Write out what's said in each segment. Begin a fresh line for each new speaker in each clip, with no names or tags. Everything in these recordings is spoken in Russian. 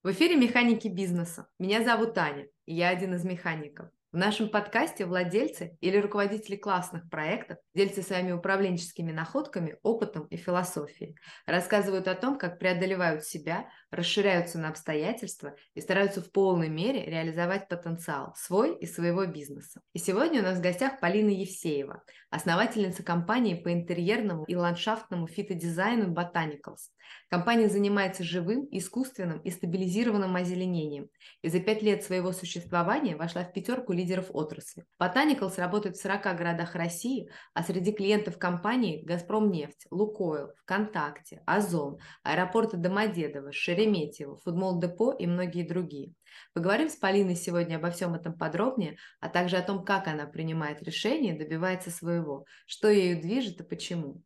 В эфире «Механики бизнеса». Меня зовут Аня, и я один из механиков. В нашем подкасте владельцы или руководители классных проектов делятся своими управленческими находками, опытом и философией. Рассказывают о том, как преодолевают себя, расширяются на обстоятельства и стараются в полной мере реализовать потенциал свой и своего бизнеса. И сегодня у нас в гостях Полина Евсеева, основательница компании по интерьерному и ландшафтному фитодизайну Botanicals. Компания занимается живым, искусственным и стабилизированным озеленением и за 5 лет своего существования вошла в пятерку лидеров отрасли. Botanicals работает в 40 городах России, а среди клиентов компании «Газпромнефть», «Лукойл», «ВКонтакте», «Озон», аэропорты Домодедово, Шереметьево, Футбол-депо и многие другие. Поговорим с Полиной сегодня обо всем этом подробнее, а также о том, как она принимает решения и добивается своего, что ею движет и почему.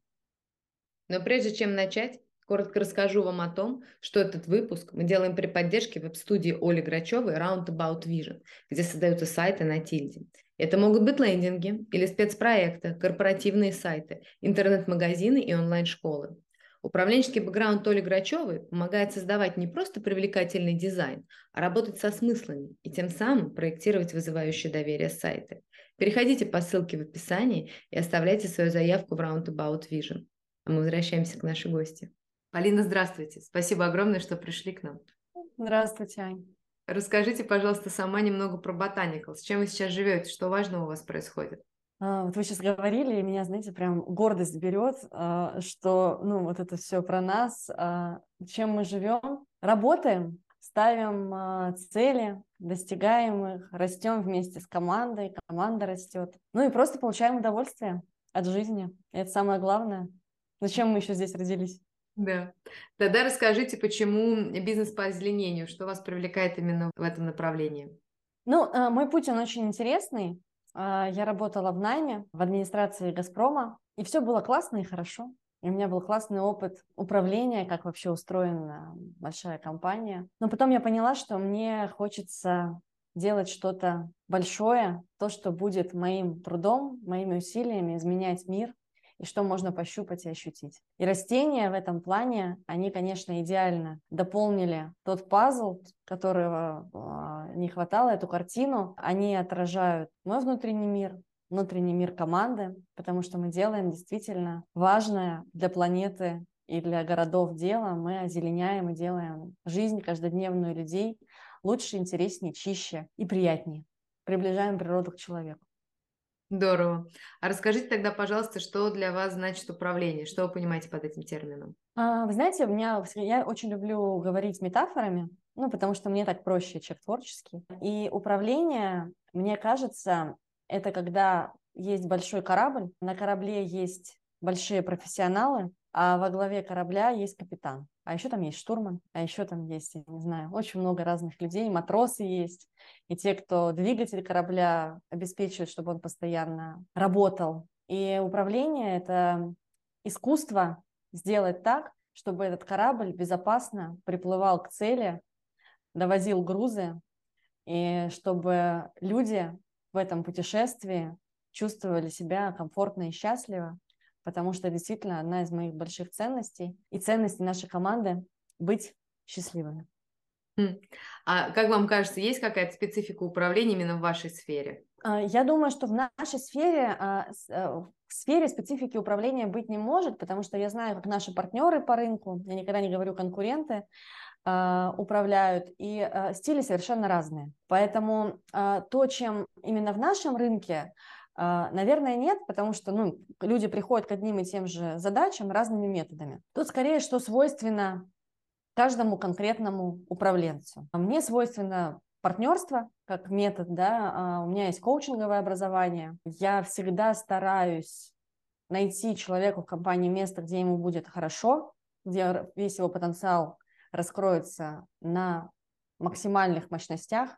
Но прежде чем начать, коротко расскажу вам о том, что этот выпуск мы делаем при поддержке веб-студии Оли Грачевой Roundabout Vision, где создаются сайты на Тильде. Это могут быть лендинги или спецпроекты, корпоративные сайты, интернет-магазины и онлайн-школы. Управленческий бэкграунд Оли Грачевой помогает создавать не просто привлекательный дизайн, а работать со смыслами и тем самым проектировать вызывающие доверие сайты. Переходите по ссылке в описании и оставляйте свою заявку в Roundabout Vision. А мы возвращаемся к нашей гости. Полина, здравствуйте. Спасибо огромное, что пришли к нам.
Здравствуйте, Ань.
Расскажите, пожалуйста, сама немного про Botanicals. С чем вы сейчас живете? Что важного у вас происходит?
Вот вы сейчас говорили, и меня, знаете, прям гордость берет, что, вот это все про нас, чем мы живем, работаем, ставим цели, достигаем их, растем вместе с командой, команда растет. Ну и просто получаем удовольствие от жизни. И это самое главное. Зачем мы еще здесь родились?
Да. Тогда расскажите, почему бизнес по озеленению, что вас привлекает именно в этом направлении?
Мой путь, он очень интересный. Я работала в найме, в администрации «Газпрома», и все было классно и хорошо. И у меня был классный опыт управления, как вообще устроена большая компания. Но потом я поняла, что мне хочется делать что-то большое, то, что будет моим трудом, моими усилиями изменять мир, и что можно пощупать и ощутить. И растения в этом плане, они, конечно, идеально дополнили тот пазл, которого не хватало, эту картину. Они отражают мой внутренний мир команды, потому что мы делаем действительно важное для планеты и для городов дело. Мы озеленяем и делаем жизнь каждодневную людей лучше, интереснее, чище и приятнее. Приближаем природу к человеку.
Здорово. А расскажите тогда, пожалуйста, что для вас значит управление? Что вы понимаете под этим термином?
Вы знаете, я очень люблю говорить метафорами, потому что мне так проще, человек творческий. И управление, мне кажется, это когда есть большой корабль, на корабле есть большие профессионалы, а во главе корабля есть капитан. А еще там есть штурман, а еще там есть, я не знаю, очень много разных людей, матросы есть, и те, кто двигатель корабля обеспечивает, чтобы он постоянно работал. И управление – это искусство сделать так, чтобы этот корабль безопасно приплывал к цели, довозил грузы, и чтобы люди в этом путешествии чувствовали себя комфортно и счастливо, потому что действительно одна из моих больших ценностей и ценностей нашей команды – быть счастливыми.
А как вам кажется, есть какая-то специфика управления именно в вашей сфере?
Я думаю, что в нашей сфере, в сфере специфики управления быть не может, потому что я знаю, как наши партнеры по рынку, я никогда не говорю конкуренты, управляют, и стили совершенно разные. Поэтому то, чем именно в нашем рынке, наверное, нет, потому что люди приходят к одним и тем же задачам разными методами. Тут скорее, что свойственно каждому конкретному управленцу. Мне свойственно партнерство как метод, да, у меня есть коучинговое образование. Я всегда стараюсь найти человеку в компании место, где ему будет хорошо, где весь его потенциал раскроется на максимальных мощностях.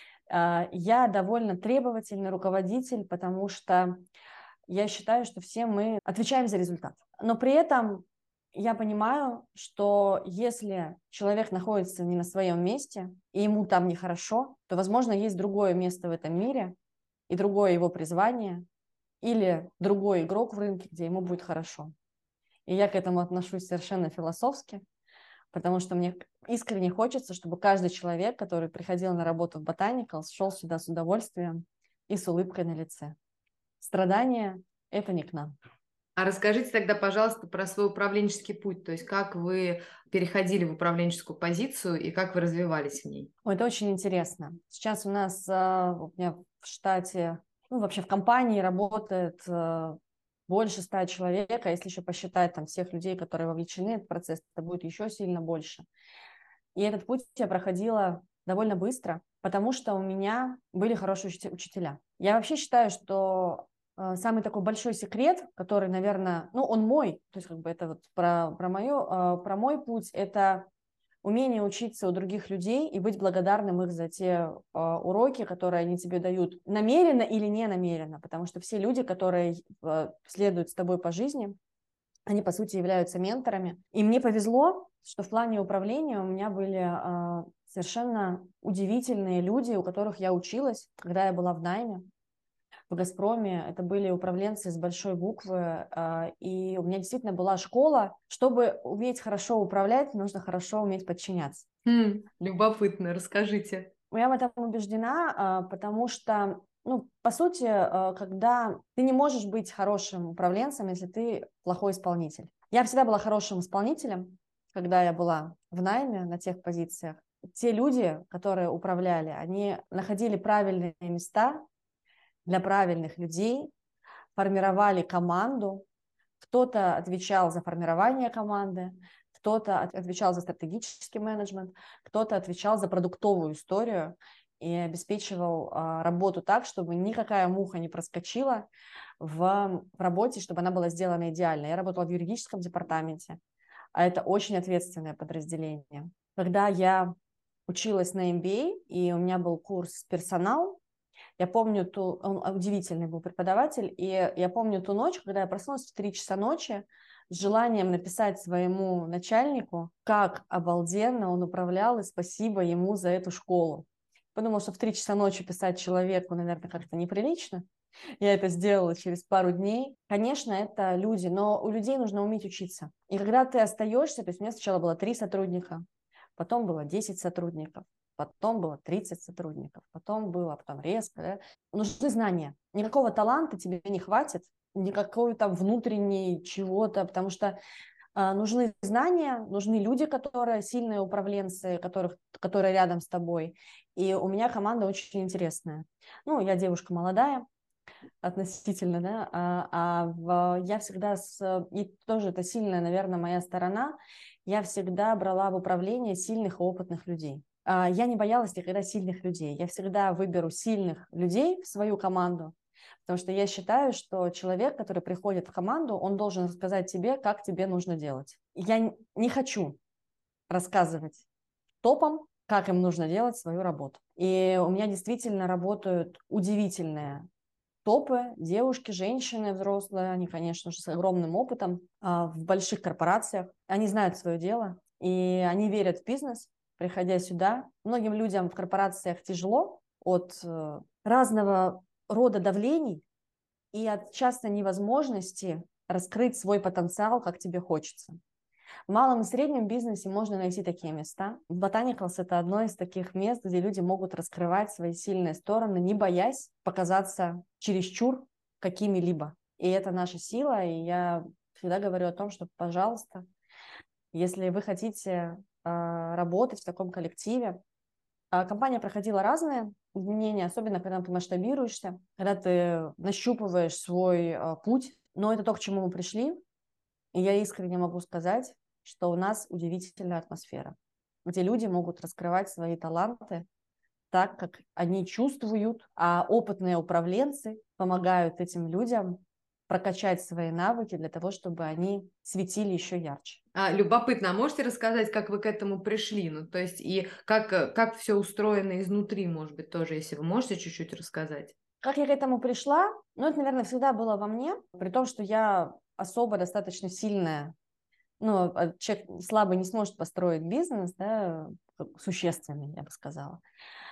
Я довольно требовательный руководитель, потому что я считаю, что все мы отвечаем за результат. Но при этом я понимаю, что если человек находится не на своем месте, и ему там нехорошо, то, возможно, есть другое место в этом мире, и другое его призвание, или другой игрок в рынке, где ему будет хорошо. И я к этому отношусь совершенно философски, потому что мне искренне хочется, чтобы каждый человек, который приходил на работу в Botanicals, шел сюда с удовольствием и с улыбкой на лице. Страдания – это не к нам.
А расскажите тогда, пожалуйста, про свой управленческий путь, то есть как вы переходили в управленческую позицию и как вы развивались в ней.
Ой, это очень интересно. Сейчас у нас у меня в штате, ну вообще в компании работает больше 100 человек, а если еще посчитать там всех людей, которые вовлечены в этот процесс, это будет еще сильно больше. И этот путь я проходила довольно быстро, потому что у меня были хорошие учителя. Я вообще считаю, что самый такой большой секрет, который, наверное, ну, он мой, то есть как бы это вот про мой путь, это умение учиться у других людей и быть благодарным их за те уроки, которые они тебе дают, намеренно или не намеренно, потому что все люди, которые следуют с тобой по жизни, они, по сути, являются менторами. И мне повезло, что в плане управления у меня были совершенно удивительные люди, у которых я училась, когда я была в найме. В «Газпроме» это были управленцы с большой буквы, и у меня действительно была школа. Чтобы уметь хорошо управлять, нужно хорошо уметь подчиняться.
Любопытно, расскажите.
Я в этом убеждена, потому что, ну, по сути, когда ты не можешь быть хорошим управленцем, если ты плохой исполнитель. Я всегда была хорошим исполнителем, когда я была в найме на тех позициях. Те люди, которые управляли, они находили правильные места для правильных людей, формировали команду. Кто-то отвечал за формирование команды, кто-то отвечал за стратегический менеджмент, кто-то отвечал за продуктовую историю и обеспечивал работу так, чтобы никакая муха не проскочила в работе, чтобы она была сделана идеально. Я работала в юридическом департаменте, а это очень ответственное подразделение. Когда я училась на MBA, и у меня был курс «Персонал», я помню он удивительный был преподаватель, и я помню ту ночь, когда я проснулась в 3 часа ночи с желанием написать своему начальнику, как обалденно он управлял, и спасибо ему за эту школу. Подумала, что в 3 часа ночи писать человеку, наверное, как-то неприлично. Я это сделала через пару дней. Конечно, это люди, но у людей нужно уметь учиться. И когда ты остаешься, то есть у меня сначала было 3 сотрудника, потом было 10 сотрудников, потом было 30 сотрудников, потом резко. Да? Нужны знания. Никакого таланта тебе не хватит, никакой там внутренней чего-то, потому что нужны знания, нужны люди, которые сильные управленцы, которые рядом с тобой. И у меня команда очень интересная. Ну, я девушка молодая, относительно, да, я всегда, и тоже это сильная, наверное, моя сторона, я всегда брала в управление сильных и опытных людей. Я не боялась никогда сильных людей. Я всегда выберу сильных людей в свою команду, потому что я считаю, что человек, который приходит в команду, он должен рассказать тебе, как тебе нужно делать. Я не хочу рассказывать топам, как им нужно делать свою работу. И у меня действительно работают удивительные топы, девушки, женщины взрослые, они, конечно же, с огромным опытом в больших корпорациях. Они знают свое дело, и они верят в бизнес, приходя сюда. Многим людям в корпорациях тяжело от разного рода давлений и от частной невозможности раскрыть свой потенциал, как тебе хочется. В малом и среднем бизнесе можно найти такие места. Botanicals – это одно из таких мест, где люди могут раскрывать свои сильные стороны, не боясь показаться чересчур какими-либо. И это наша сила, и я всегда говорю о том, что, пожалуйста, если вы хотите работать в таком коллективе, компания проходила разные изменения, особенно когда ты масштабируешься, когда ты нащупываешь свой путь, но это то, к чему мы пришли, и я искренне могу сказать, что у нас удивительная атмосфера, где люди могут раскрывать свои таланты так, как они чувствуют, а опытные управленцы помогают этим людям прокачать свои навыки для того, чтобы они светили еще ярче.
Любопытно, а можете рассказать, как вы к этому пришли? Ну, то есть, и как все устроено изнутри, может быть, тоже, если вы можете чуть-чуть рассказать?
Как я к этому пришла? Ну, это, наверное, всегда было во мне, при том, что я особо достаточно сильная. Ну, человек слабый не сможет построить бизнес, да, существенный, я бы сказала.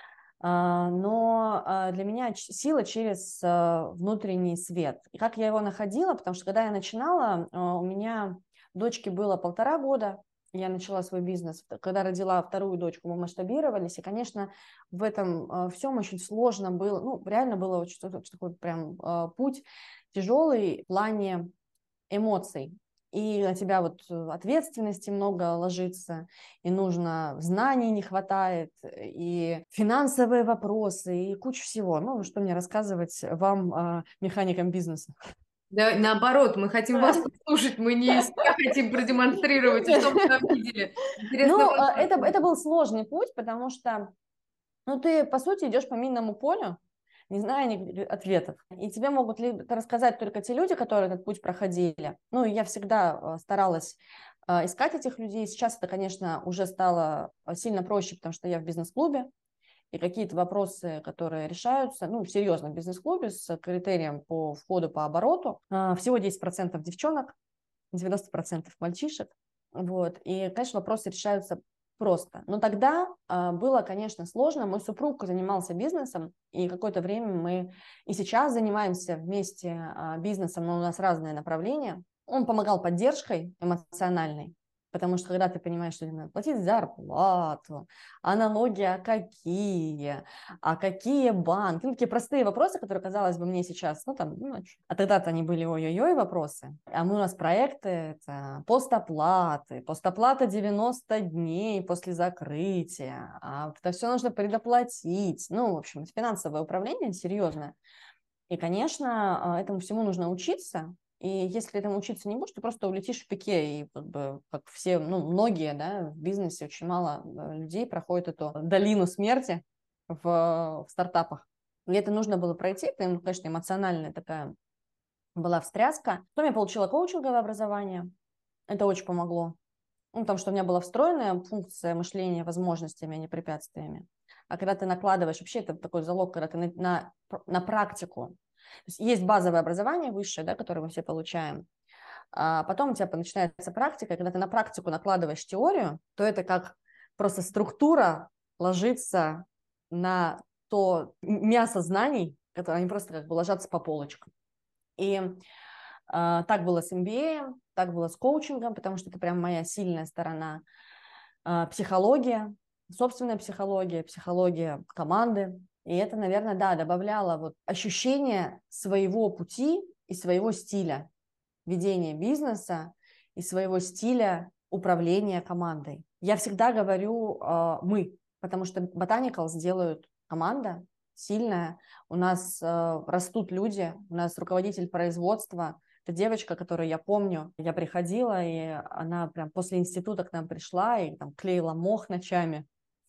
Но для меня сила через внутренний свет. И как я его находила, потому что когда я начинала, у меня дочке было 1,5 года, я начала свой бизнес. Когда родила вторую дочку, мы масштабировались, и, конечно, в этом всем очень сложно было, ну, реально было очень такой прям путь тяжелый в плане эмоций. И на тебя вот ответственности много ложится, и нужно, знаний не хватает, и финансовые вопросы, и куча всего. Ну, что мне рассказывать вам, механикам бизнеса?
Да, наоборот, мы хотим вас послушать, мы не себя хотим продемонстрировать, а что мы там видели. Интересно
Ну,
вас
это
послушать.
был сложный путь, потому что, ну, ты, по сути, идешь по минному полю, не зная ответов. И тебе могут рассказать только те люди, которые этот путь проходили. Ну, и я всегда старалась искать этих людей. Сейчас это, конечно, уже стало сильно проще, потому что я в бизнес-клубе, и какие-то вопросы, которые решаются, ну, серьезно, в бизнес-клубе с критерием по входу по обороту. Всего 10% девчонок, 90% мальчишек. Вот. И, конечно, вопросы решаются просто. Но тогда было, конечно, сложно. Мой супруг занимался бизнесом, и какое-то время мы и сейчас занимаемся вместе бизнесом, но у нас разные направления. Он помогал поддержкой эмоциональной, потому что когда ты понимаешь, что тебе надо платить зарплату, а налоги а какие банки, ну, такие простые вопросы, которые, казалось бы, мне сейчас, ну, там, ну, а тогда-то они были ой-ой-ой вопросы, а мы у нас проекты, это постоплата 90 дней после закрытия, а это все нужно предоплатить, ну, в общем, финансовое управление серьезное, и, конечно, этому всему нужно учиться. И если ты этому учиться не будешь, ты просто улетишь в пике. И как бы, как все, ну, многие, да, в бизнесе очень мало людей проходят эту долину смерти в стартапах. И это нужно было пройти. Это, конечно, эмоциональная такая была встряска. Потом я получила коучинговое образование. Это очень помогло. Ну, потому что у меня была встроенная функция мышления возможностями, а не препятствиями. А когда ты накладываешь, вообще это такой залог, когда ты на практику. То есть базовое образование высшее, да, которое мы все получаем, а потом у тебя начинается практика, и когда ты на практику накладываешь теорию, то это как просто структура ложится на то мясо знаний, которые они просто как бы ложатся по полочкам. И так было с MBA, так было с коучингом, потому что это прям моя сильная сторона. Психология, собственная психология, психология команды. И это, наверное, да, добавляло вот ощущение своего пути и своего стиля ведения бизнеса и своего стиля управления командой. Я всегда говорю «мы», потому что Botanicals делают команда сильная, у нас растут люди, у нас руководитель производства, это девочка, которую я помню, я приходила, и она прям после института к нам пришла и там клеила мох ночами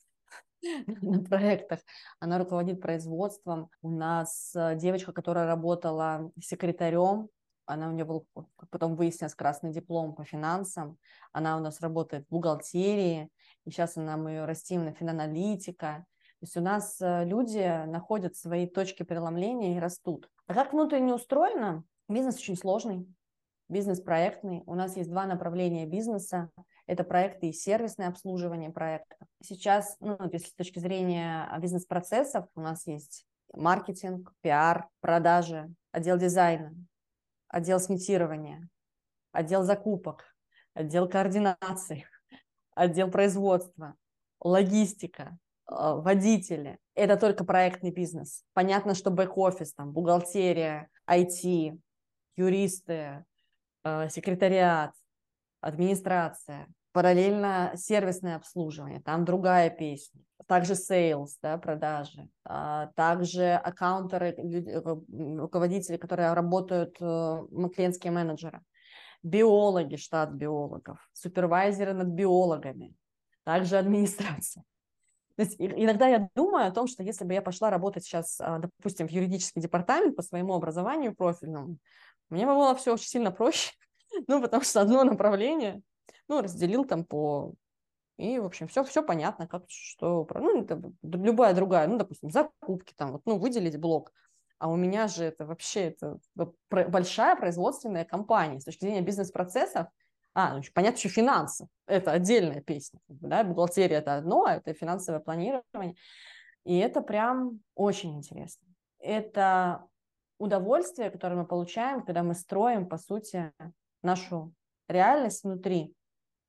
на проектах. Она руководит производством. У нас девочка, которая работала секретарем, у нее был, как потом выяснилось, красный диплом по финансам. Она у нас работает в бухгалтерии, и сейчас мы ее растим на финаналитика. То есть у нас люди находят свои точки преломления и растут. А как внутренне устроено? Бизнес очень сложный, бизнес проектный. У нас есть два направления бизнеса. Это проекты и сервисное обслуживание проектов. Сейчас, ну, если с точки зрения бизнес-процессов, у нас есть маркетинг, пиар, продажи, отдел дизайна, отдел сметирования, отдел закупок, отдел координации, отдел производства, логистика, водители. Это только проектный бизнес. Понятно, что бэк-офис, там, бухгалтерия, IT, юристы, секретариат, администрация, параллельно сервисное обслуживание, там другая песня. Также sales, да, продажи, также аккаунтеры, руководители, которые работают, клиентские менеджеры, биологи, штат биологов, супервайзеры над биологами, также администрация. То есть иногда я думаю о том, что если бы я пошла работать сейчас, допустим, в юридический департамент по своему образованию профильному, мне бы было все очень сильно проще, ну, потому что одно направление, ну, разделил там по... И, в общем, все понятно, как, что... Ну, это любая другая, ну, допустим, закупки там, вот, ну, выделить блок. А у меня же это вообще это большая производственная компания с точки зрения бизнес-процессов. Ну, понятно, еще финансы. Это отдельная песня. Да? Бухгалтерия – это одно, а это финансовое планирование. И это прям очень интересно. Это удовольствие, которое мы получаем, когда мы строим, по сути, нашу реальность внутри.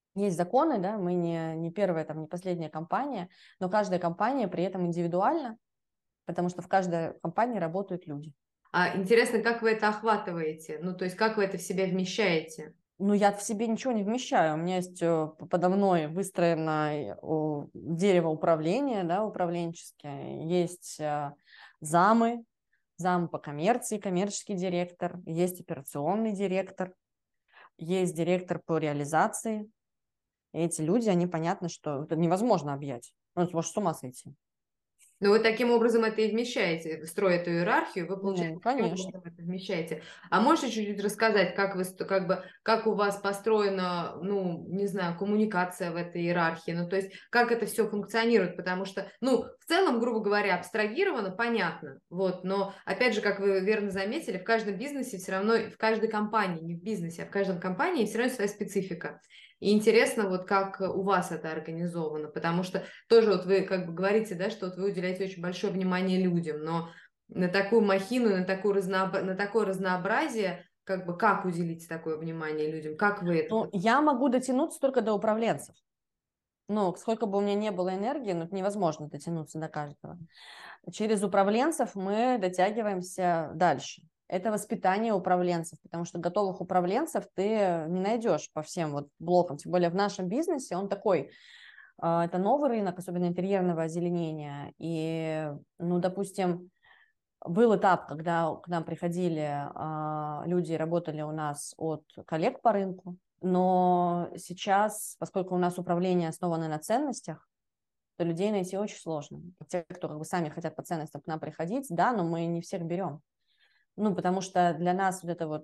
Есть законы, да, мы не первая, там, не последняя компания, но каждая компания при этом индивидуальна, потому что в каждой компании работают люди.
А интересно, как вы это охватываете? Ну, то есть как вы это в себя вмещаете?
Ну, я в себе ничего не вмещаю. У меня есть подо мной выстроено дерево управления, да, управленческое. Есть замы, зам по коммерции, коммерческий директор, есть операционный директор, есть директор по реализации. И эти люди, они понятно, что это невозможно объять. Ну, ты можешь с ума сойти.
Ну, вы таким образом это и вмещаете, строя эту иерархию, вы, получается,
Ну,
таким
конечно.
образом это вмещаете. А можете чуть-чуть рассказать, как вы, как бы, как у вас построена, ну, не знаю, коммуникация в этой иерархии, ну, то есть, как это все функционирует, потому что, ну, в целом, грубо говоря, абстрагировано, понятно, вот, но, опять же, как вы верно заметили, в каждом бизнесе все равно, в каждой компании, не в бизнесе, а в каждом компании все равно своя специфика. И интересно, вот как у вас это организовано, потому что тоже вот вы как бы говорите, да, что вот вы уделяете очень большое внимание людям, но на такую махину, на такое разнообразие, как бы как уделить такое внимание людям, как вы это...
Ну, я могу дотянуться только до управленцев. Ну, сколько бы у меня не было энергии, ну, это невозможно дотянуться до каждого. Через управленцев мы дотягиваемся дальше. Это воспитание управленцев, потому что готовых управленцев ты не найдешь по всем вот блокам. Тем более в нашем бизнесе он такой, это новый рынок, особенно интерьерного озеленения. И, ну, допустим, был этап, когда к нам приходили люди, работали у нас от коллег по рынку, но сейчас, поскольку у нас управление основано на ценностях, то людей найти очень сложно. Те, кто как бы сами хотят по ценностям к нам приходить, да, но мы не всех берем. Ну, потому что для нас вот это вот,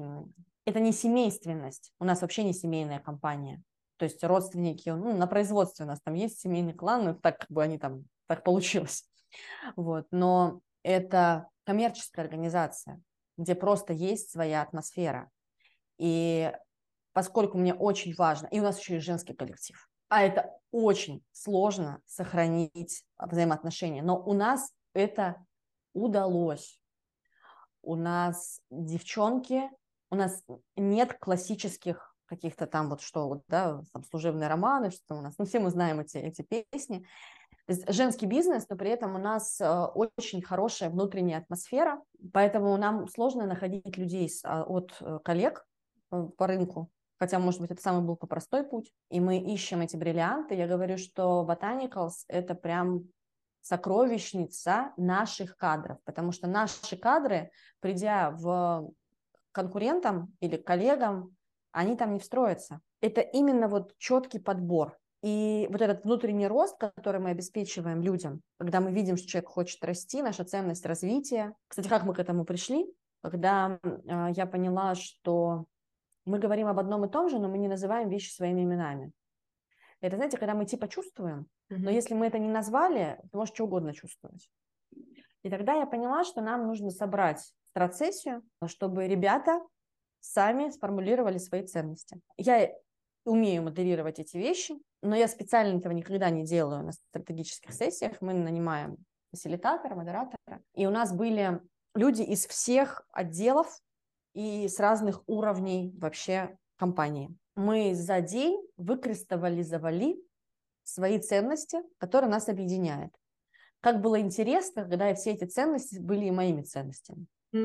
это не семейственность, у нас вообще не семейная компания. То есть родственники, ну, на производстве у нас там есть семейный клан, но так как бы они там, так получилось. Вот. Но это коммерческая организация, где просто есть своя атмосфера. И поскольку мне очень важно, и у нас еще и женский коллектив, а это очень сложно сохранить взаимоотношения, но у нас это удалось. У нас девчонки, у нас нет классических каких-то там вот что, вот, да, там служебные романы, что у нас, ну все мы знаем эти песни. То есть женский бизнес, но при этом у нас очень хорошая внутренняя атмосфера, поэтому нам сложно находить людей от коллег по рынку, хотя, может быть, это самый был простой путь, и мы ищем эти бриллианты. Я говорю, что Botanicals – это прям сокровищница наших кадров, потому что наши кадры, придя в конкурентам или коллегам, они там не встроятся. Это именно вот четкий подбор. И вот этот внутренний рост, который мы обеспечиваем людям, когда мы видим, что человек хочет расти, наша ценность развития. Кстати, как мы к этому пришли? Когда я поняла, что мы говорим об одном и том же, но мы не называем вещи своими именами. Это, знаете, когда мы типа чувствуем, но если мы это не назвали, то можешь что угодно чувствовать. И тогда я поняла, что нам нужно собрать страцессию, чтобы ребята сами сформулировали свои ценности. Я умею модерировать эти вещи, но я специально этого никогда не делаю на стратегических сессиях. Мы нанимаем фасилитатора, модератора. И у нас были люди из всех отделов и с разных уровней вообще компании. Мы за день выкристаллизовали свои ценности, которые нас объединяют. Как было интересно, когда все эти ценности были и моими ценностями.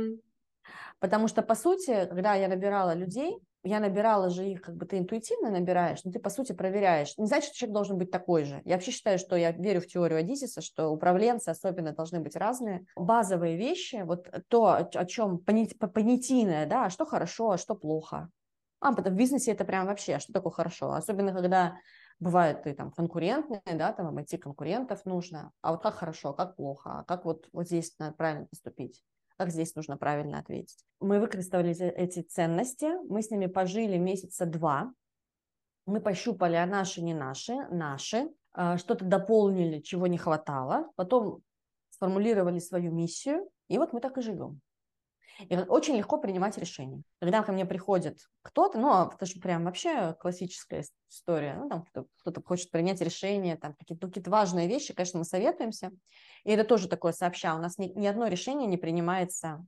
Потому что, по сути, когда я набирала людей, я набирала же их, как бы ты интуитивно набираешь, но ты, по сути, проверяешь. Не значит, что человек должен быть такой же. Я вообще считаю, что я верю в теорию Одиссиса, что управленцы особенно должны быть разные. Базовые вещи, вот то, о чем понятийное, да, что хорошо, а что плохо. Потому в бизнесе это прям вообще, что такое хорошо. Особенно, когда бывает, ты там конкурентный, да, там обойти конкурентов нужно. А вот как хорошо, как плохо, а как вот здесь надо правильно поступить. Как здесь нужно правильно ответить. Мы выкристаллизовали эти ценности, мы с ними пожили месяца 2, мы пощупали, а наши, не наши, наши, что-то дополнили, чего не хватало, потом сформулировали свою миссию, и вот мы так и живем. И очень легко принимать решения. Когда ко мне приходит кто-то, ну, это же прям вообще классическая история, ну, там кто-то хочет принять решение, там какие-то важные вещи, конечно, мы советуемся. И это тоже такое сообща. У нас ни одно решение не принимается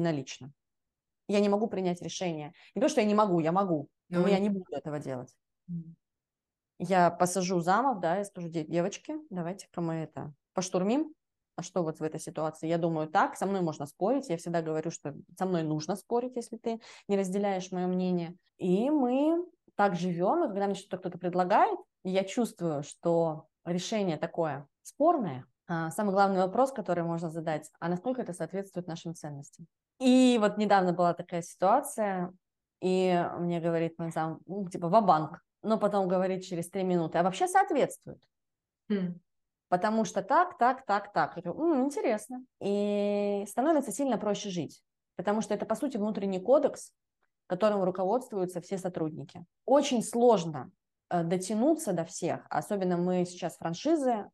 единолично. Я не могу принять решение. Не то, что я не могу, я могу, но я не буду этого делать. Я посажу замов, да, и скажу: девочки, давайте-ка мы это поштурмим. А что вот в этой ситуации? Я думаю так, со мной можно спорить. Я всегда говорю, что со мной нужно спорить, если ты не разделяешь мое мнение. И мы так живем, и когда мне что-то кто-то предлагает, и я чувствую, что решение такое спорное, самый главный вопрос, который можно задать: а насколько это соответствует нашим ценностям? И вот недавно была такая ситуация, и мне говорит мой зам, типа, ва-банк. Но потом говорит через 3 минуты: а вообще соответствует. Потому что так, так, так, так. Я говорю: интересно. И становится сильно проще жить, потому что это, по сути, внутренний кодекс, которым руководствуются все сотрудники. Очень сложно дотянуться до всех, особенно мы сейчас франшизы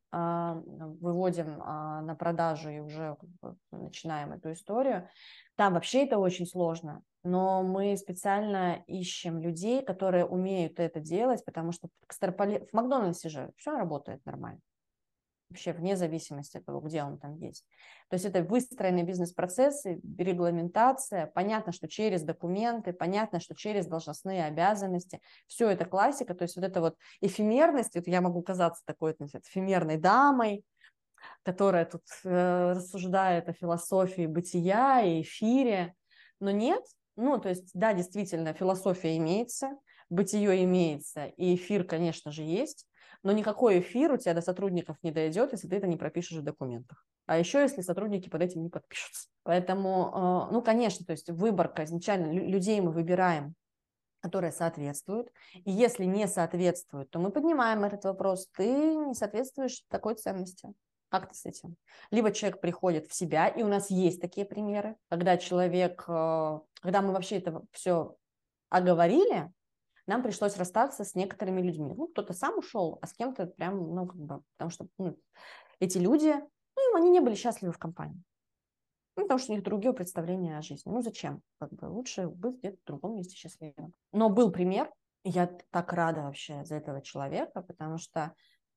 выводим на продажу и уже начинаем эту историю. Там вообще это очень сложно, но мы специально ищем людей, которые умеют это делать, потому что в Макдональдсе же все работает нормально. Вообще вне зависимости от того, где он там есть. То есть это выстроенные бизнес-процессы, регламентация, понятно, что через документы, понятно, что через должностные обязанности, все это классика, то есть вот эта вот эфемерность, вот я могу казаться такой эфемерной дамой, которая тут рассуждает о философии бытия и эфире, но нет, то есть да, действительно, философия имеется, бытие имеется, и эфир, конечно же, есть, но никакой эфир у тебя до сотрудников не дойдет, если ты это не пропишешь в документах. А еще, если сотрудники под этим не подпишутся. Поэтому, конечно, то есть выборка изначально, людей мы выбираем, которые соответствуют. И если не соответствуют, то мы поднимаем этот вопрос: ты не соответствуешь такой ценности. Как ты с этим? Либо человек приходит в себя, и у нас есть такие примеры, когда человек, когда мы вообще это все оговорили, нам пришлось расстаться с некоторыми людьми. Кто-то сам ушел, а с кем-то прям, потому что эти люди, они не были счастливы в компании. Потому что у них другие представления о жизни. Зачем? Лучше быть где-то в другом месте счастливым. Но был пример, и я так рада вообще за этого человека, потому что,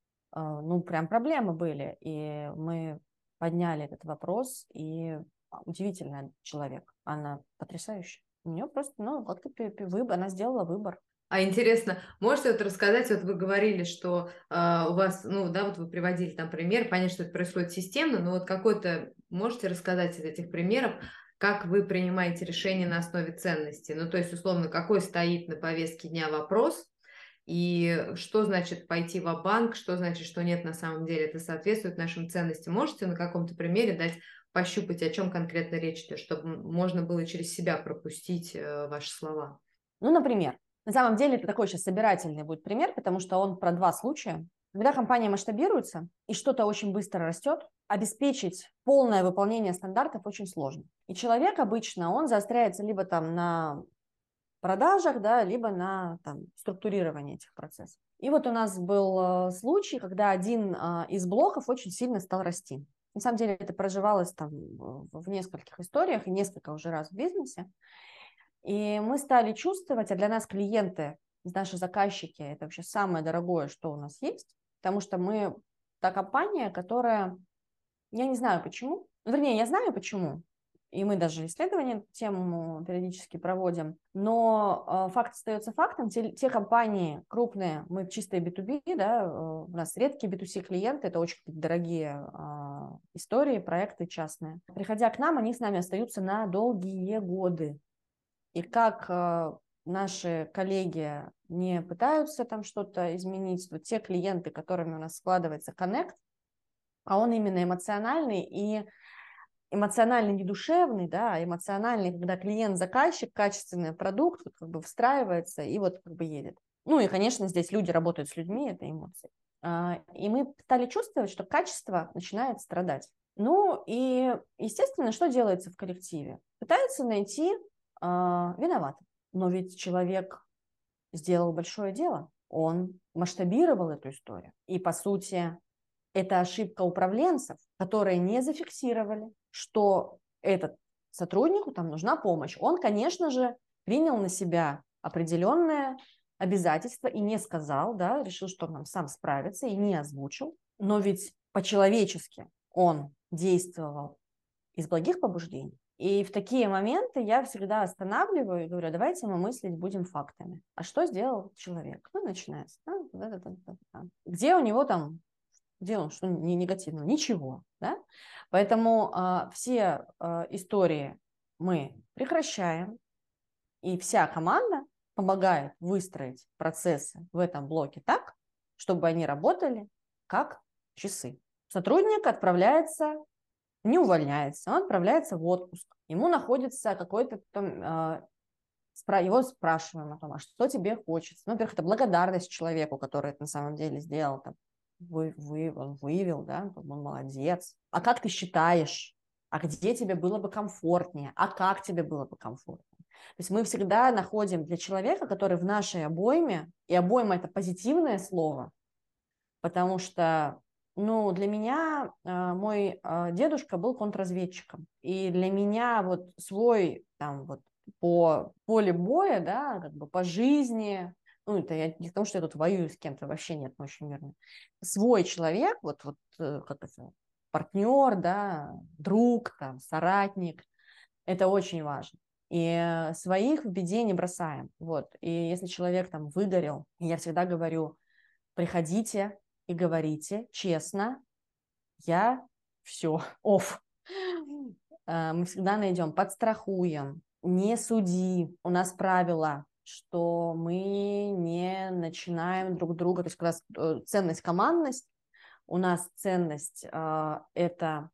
прям проблемы были, и мы подняли этот вопрос, и удивительный человек, она потрясающая. У нее просто, как-то выбор, она сделала выбор.
А интересно, можете рассказать, вы говорили, что у вас, вот вы приводили там пример, понятно, что это происходит системно, но какой-то можете рассказать из этих примеров, как вы принимаете решения на основе ценностей? То есть, условно, какой стоит на повестке дня вопрос, и что значит пойти ва-банк, что значит, что нет, на самом деле это соответствует нашим ценностям? Можете на каком-то примере дать пощупать, о чем конкретно речь-то, чтобы можно было через себя пропустить ваши слова?
Например, на самом деле это такой сейчас собирательный будет пример, потому что он про 2 случая. Когда компания масштабируется и что-то очень быстро растет, обеспечить полное выполнение стандартов очень сложно. И человек обычно, он заостряется либо там на продажах, да, либо на структурировании этих процессов. И вот у нас был случай, когда один из блоков очень сильно стал расти. На самом деле это проживалось в нескольких историях и несколько уже раз в бизнесе. И мы стали чувствовать, а для нас клиенты, наши заказчики, это вообще самое дорогое, что у нас есть, потому что мы та компания, которая, я не знаю почему, вернее, я знаю почему, и мы даже исследования на эту тему периодически проводим, но факт остается фактом, те компании крупные, мы чистые B2B, да, у нас редкие B2C клиенты, это очень дорогие истории, проекты частные. Приходя к нам, они с нами остаются на долгие годы. И как наши коллеги не пытаются там что-то изменить, вот те клиенты, которыми у нас складывается коннект, а он именно эмоциональный, и эмоциональный не душевный, да, а эмоциональный, когда клиент-заказчик, качественный продукт встраивается и едет. И, конечно, здесь люди работают с людьми, это эмоции. И мы стали чувствовать, что качество начинает страдать. И, естественно, что делается в коллективе? Пытаются найти виноватых. Но ведь человек сделал большое дело. Он масштабировал эту историю. И, по сути, это ошибка управленцев, которые не зафиксировали, что этот сотруднику там нужна помощь. Он, конечно же, принял на себя определенное обязательство и не сказал, да, решил, что он нам сам справится, и не озвучил. Но ведь по-человечески он действовал из благих побуждений. И в такие моменты я всегда останавливаю и говорю, давайте мы мыслить будем фактами. А что сделал человек? Ну, начинается. Где у него там, где он, что не негативного? Ничего. Да? Поэтому все истории мы прекращаем, и вся команда помогает выстроить процессы в этом блоке так, чтобы они работали как часы. Сотрудник отправляется, не увольняется, он отправляется в отпуск. Ему находится какой-то там, его спрашиваем о том, а что тебе хочется. Ну, во-первых, это благодарность человеку, который это на самом деле сделал, там, он выявил, да, он молодец. А как ты считаешь? А где тебе было бы комфортнее? А как тебе было бы комфортнее? То есть мы всегда находим для человека, который в нашей обойме, и обойма – это позитивное слово, потому что, ну, для меня мой дедушка был контрразведчиком, и для меня вот свой там вот по полю боя, да, как бы по жизни, ну, это я не потому, что я тут воюю с кем-то, вообще нет, мы очень мирно. Свой человек, вот как это, партнер, да, друг, там, соратник, это очень важно. И своих в беде не бросаем. Вот. И если человек там выгорел, я всегда говорю, приходите и говорите честно, я все, офф. Мы всегда найдем, подстрахуем, не суди. У нас правило, что мы не начинаем друг друга, то есть как раз ценность командность, у нас ценность это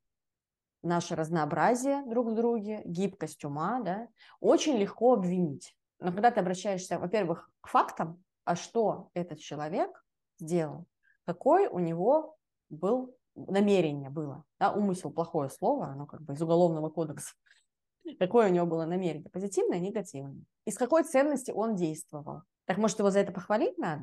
наше разнообразие друг в друге, гибкость ума, да, очень легко обвинить. Но когда ты обращаешься, во-первых, к фактам, а что этот человек сделал, какой у него был намерение было, да, умысел плохое слово, оно как бы из Уголовного кодекса, какое у него было намерение, позитивное, негативное, из какой ценности он действовал. Так может его за это похвалить надо?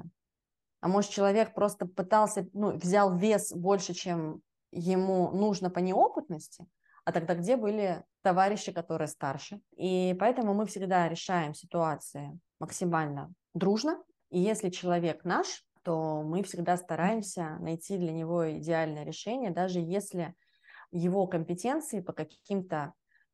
А может человек просто пытался, ну, взял вес больше, чем ему нужно по неопытности, а тогда где были товарищи, которые старше? И поэтому мы всегда решаем ситуации максимально дружно. И если человек наш, то мы всегда стараемся найти для него идеальное решение, даже если его компетенции по каким-то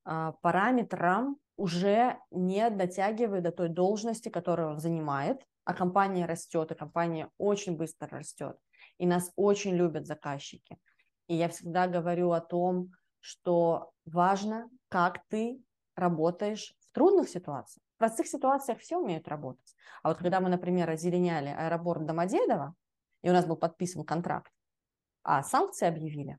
параметрам уже не дотягивают до той должности, которую он занимает, а компания растет, и компания очень быстро растет, и нас очень любят заказчики. И я всегда говорю о том, что важно, как ты работаешь в трудных ситуациях. В простых ситуациях все умеют работать. А вот когда мы, например, озеленяли аэропорт Домодедово, и у нас был подписан контракт, а санкции объявили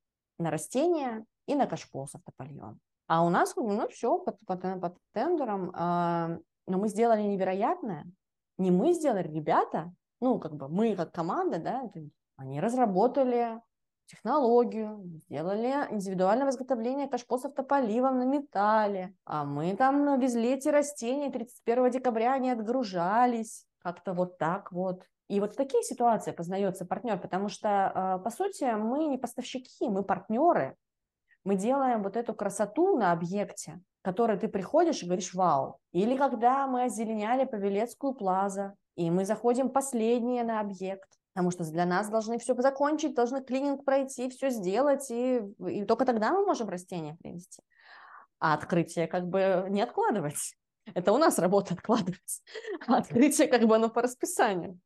на растения и на кашпо с автопольем. А у нас, ну, все по тендерам, но мы сделали невероятное. Не мы сделали, ребята, ну, как бы мы как команда, да, они разработали технологию, сделали индивидуальное изготовление кашпо с автополивом на металле, а мы там везли эти растения, 31 декабря они отгружались, как-то вот так вот. И вот в такие ситуации познается партнер, потому что, по сути, мы не поставщики, мы партнеры. Мы делаем вот эту красоту на объекте, к которой ты приходишь и говоришь «Вау». Или когда мы озеленяли Павелецкую плаза, и мы заходим последние на объект, потому что для нас должны все закончить, должны клининг пройти, все сделать, и только тогда мы можем растения привезти. А открытие как бы не откладывается. Это у нас работа откладывается. А открытие как бы оно по расписанию.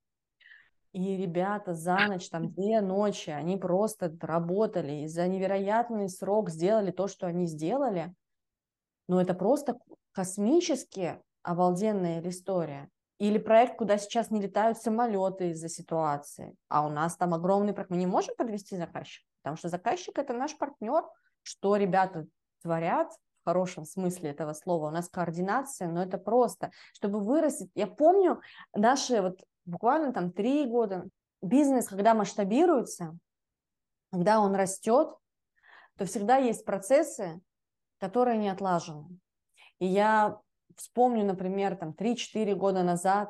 И ребята за ночь, там 2 ночи, они просто работали и за невероятный срок сделали то, что они сделали. Ну, это просто космически обалденная история. Или проект, куда сейчас не летают самолеты из-за ситуации. А у нас там огромный проект. Мы не можем подвести заказчика, потому что заказчик – это наш партнер. Что ребята творят, в хорошем смысле этого слова, у нас координация, но это просто, чтобы вырастить. Я помню наши вот буквально там 3 года. Бизнес, когда масштабируется, когда он растет, то всегда есть процессы, которые не отлажены. И я вспомню, например, там 3-4 года назад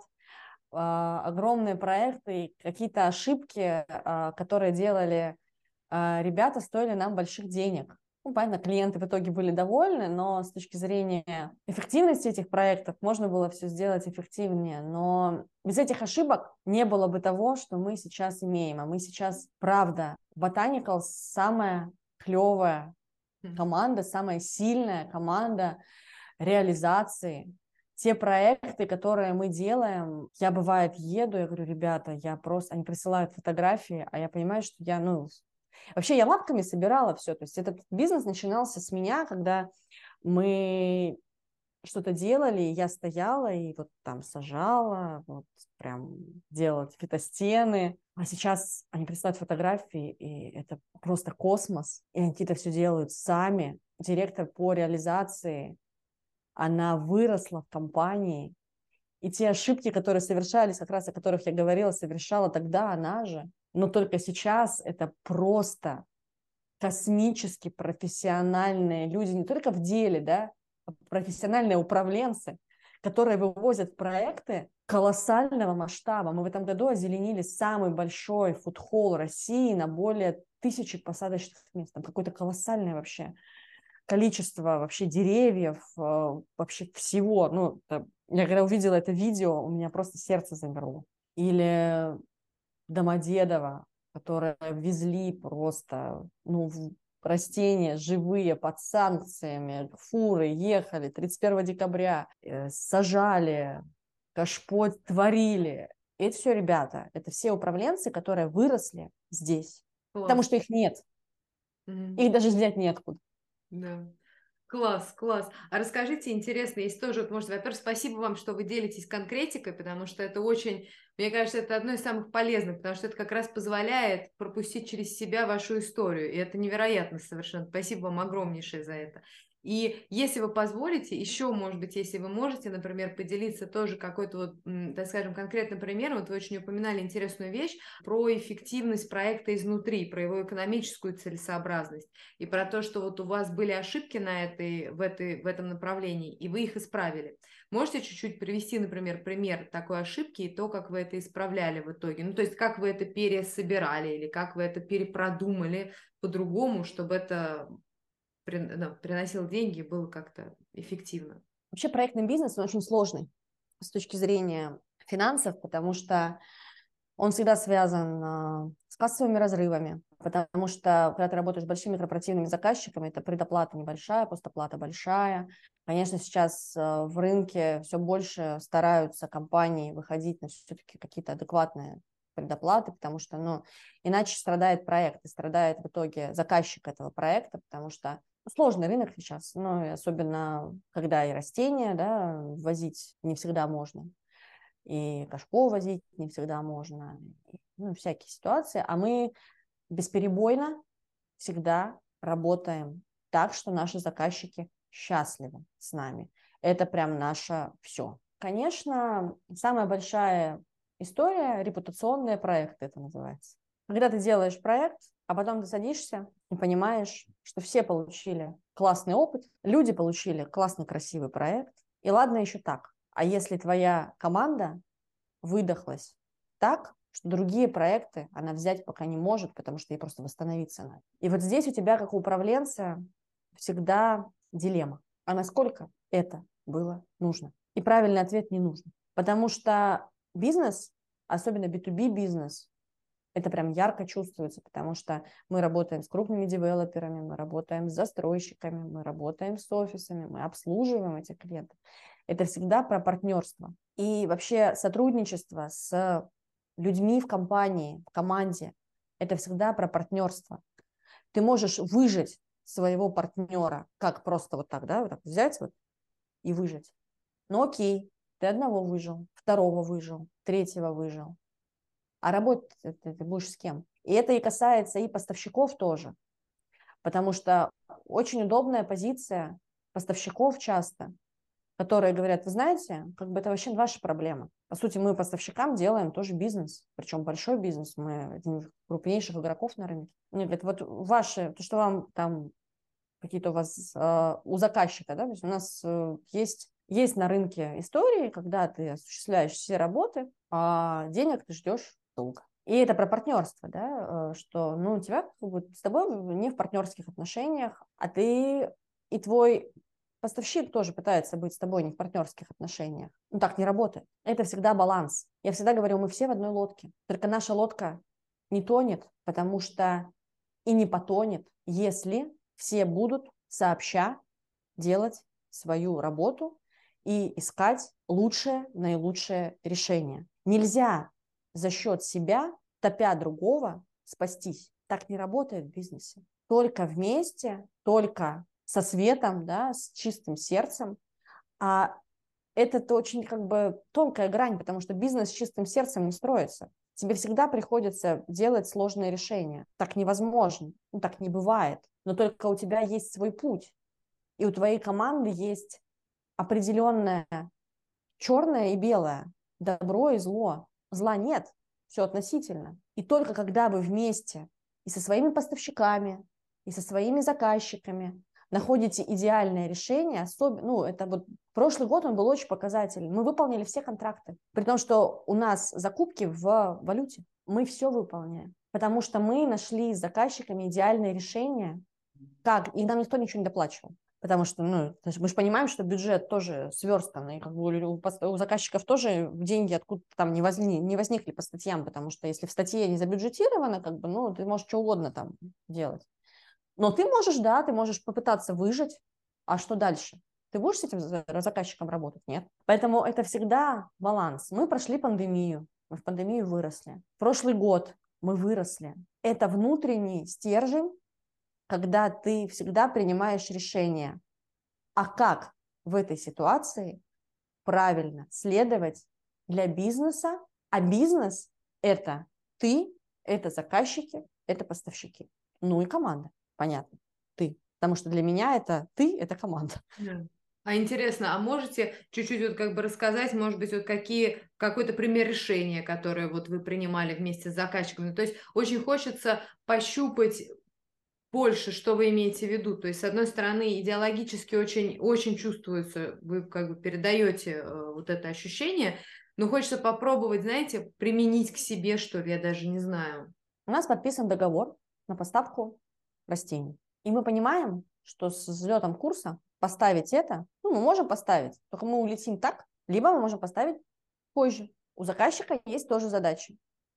огромные проекты, какие-то ошибки, которые делали ребята, стоили нам больших денег. Ну, понятно, клиенты в итоге были довольны, но с точки зрения эффективности этих проектов можно было все сделать эффективнее. Но без этих ошибок не было бы того, что мы сейчас имеем. А мы сейчас, правда, Botanicals самая клевая команда, самая сильная команда реализации. Те проекты, которые мы делаем, я, бывает, еду, я говорю, ребята, они присылают фотографии, а я понимаю, что вообще я лапками собирала все. То есть этот бизнес начинался с меня, когда мы что-то делали, и я стояла и вот там сажала, вот прям делала фитостены. А сейчас они присылают фотографии, и это просто космос. И они это все делают сами. Директор по реализации, она выросла в компании. И те ошибки, которые совершались, как раз о которых я говорила, совершала тогда она же. Но только сейчас это просто космически профессиональные люди, не только в деле, да, а профессиональные управленцы, которые вывозят проекты колоссального масштаба. Мы в этом году озеленили самый большой фудхолл России на более 1000 посадочных мест. Там какое-то колоссальное вообще количество вообще деревьев, вообще всего. Ну, я когда увидела это видео, у меня просто сердце замерло. Или Домодедово, которые везли просто растения живые под санкциями, фуры ехали 31 декабря, сажали, кашпо творили. Это все ребята, это все управленцы, которые выросли здесь, потому
Класс.
что их нет, их даже взять неоткуда.
Да. Класс, класс. А расскажите, интересно, есть тоже, вот, может, во-первых, спасибо вам, что вы делитесь конкретикой, потому что это очень, мне кажется, это одно из самых полезных, потому что это как раз позволяет пропустить через себя вашу историю, и это невероятно совершенно. Спасибо вам огромнейшее за это. И если вы позволите, еще, может быть, если вы можете, например, поделиться тоже какой-то вот, так скажем, конкретным примером, вот вы очень упоминали интересную вещь про эффективность проекта изнутри, про его экономическую целесообразность и про то, что вот у вас были ошибки в этом направлении, и вы их исправили. Можете чуть-чуть привести, например, пример такой ошибки и то, как вы это исправляли в итоге? Ну, то есть, как вы это пересобирали или как вы это перепродумали по-другому, чтобы это приносило деньги и было как-то эффективно?
Вообще проектный бизнес, он очень сложный с точки зрения финансов, потому что он всегда связан с кассовыми разрывами, потому что когда ты работаешь с большими корпоративными заказчиками, это предоплата небольшая, постоплата большая. Конечно, сейчас в рынке все больше стараются компании выходить на все-таки какие-то адекватные предоплаты, потому что иначе страдает проект, и страдает в итоге заказчик этого проекта, потому что сложный рынок сейчас, и особенно когда и растения, да, возить не всегда можно, и кашпо возить не всегда можно, всякие ситуации. А мы бесперебойно всегда работаем так, что наши заказчики счастливы с нами. Это прям наше все. Конечно, самая большая история — репутационные проекты, это называется. Когда ты делаешь проект, а потом ты садишься и понимаешь, что все получили классный опыт, люди получили классный, красивый проект, и ладно еще так. А если твоя команда выдохлась так, что другие проекты она взять пока не может, потому что ей просто восстановиться надо. И вот здесь у тебя, как у управленца, всегда дилемма. А насколько это было нужно? И правильный ответ — не нужно. Потому что бизнес, особенно B2B бизнес, это прям ярко чувствуется, потому что мы работаем с крупными девелоперами, мы работаем с застройщиками, мы работаем с офисами, мы обслуживаем этих клиентов. Это всегда про партнерство. И вообще сотрудничество с людьми в компании, в команде, это всегда про партнерство. Ты можешь выжать своего партнера, как просто вот так, да, вот так взять вот и выжать. Ну окей, ты одного выжил, второго выжил, третьего выжил. А работать ты будешь с кем? И это и касается и поставщиков тоже, потому что очень удобная позиция поставщиков часто, которые говорят: вы знаете, как бы это вообще ваша проблема. По сути, мы поставщикам делаем тоже бизнес, причем большой бизнес, мы один из крупнейших игроков на рынке. Они говорят: вот ваши, то, что вам там какие-то у вас, у заказчика, да, то есть у нас есть на рынке истории, когда ты осуществляешь все работы, а денег ты ждешь долго. И это про партнерство, да, что, у тебя с тобой не в партнерских отношениях, а ты и твой поставщик тоже пытается быть с тобой не в партнерских отношениях. Так не работает. Это всегда баланс. Я всегда говорю, мы все в одной лодке. Только наша лодка не тонет, потому что и не потонет, если все будут сообща делать свою работу и искать лучшее, наилучшее решение. Нельзя за счет себя, топя другого, спастись. Так не работает в бизнесе. Только вместе, только со светом, да, с чистым сердцем. А это очень как бы тонкая грань, потому что бизнес с чистым сердцем не строится. Тебе всегда приходится делать сложные решения. Так невозможно, ну, так не бывает. Но только у тебя есть свой путь, и у твоей команды есть определенное черное и белое, добро и зло. Зла нет, все относительно. И только когда вы вместе и со своими поставщиками, и со своими заказчиками находите идеальное решение, особенно, ну, это вот прошлый год он был очень показательный. Мы выполнили все контракты, при том, что у нас закупки в валюте. Мы все выполняем, потому что мы нашли с заказчиками идеальное решение, как, и нам никто ничего не доплачивал. Потому что, ну, мы же понимаем, что бюджет тоже сверстанный, как бы у заказчиков тоже деньги откуда-то там не возникли по статьям, потому что если в статье не забюджетировано, как бы, ну, ты можешь что угодно там делать. Но ты можешь, да, ты можешь попытаться выжить, а что дальше? Ты будешь с этим заказчиком работать? Нет. Поэтому это всегда баланс. Мы прошли пандемию, мы в пандемию выросли. Прошлый год мы выросли. Это внутренний стержень, когда ты всегда принимаешь решение, а как в этой ситуации правильно следовать для бизнеса, а бизнес – это ты, это заказчики, это поставщики, ну и команда, понятно, ты, потому что для меня это ты, это команда.
Да. А интересно, а можете чуть-чуть вот как бы рассказать, может быть, вот какой-то пример решения, которое вот вы принимали вместе с заказчиками? То есть очень хочется пощупать больше, что вы имеете в виду. То есть, с одной стороны, идеологически очень, очень чувствуется, вы как бы передаете вот это ощущение, но хочется попробовать, знаете, применить к себе, что ли, я даже не знаю.
У нас подписан договор на поставку растений. И мы понимаем, что с взлетом курса поставить это, ну, мы можем поставить, только мы улетим так, либо мы можем поставить позже. У заказчика есть тоже задачи.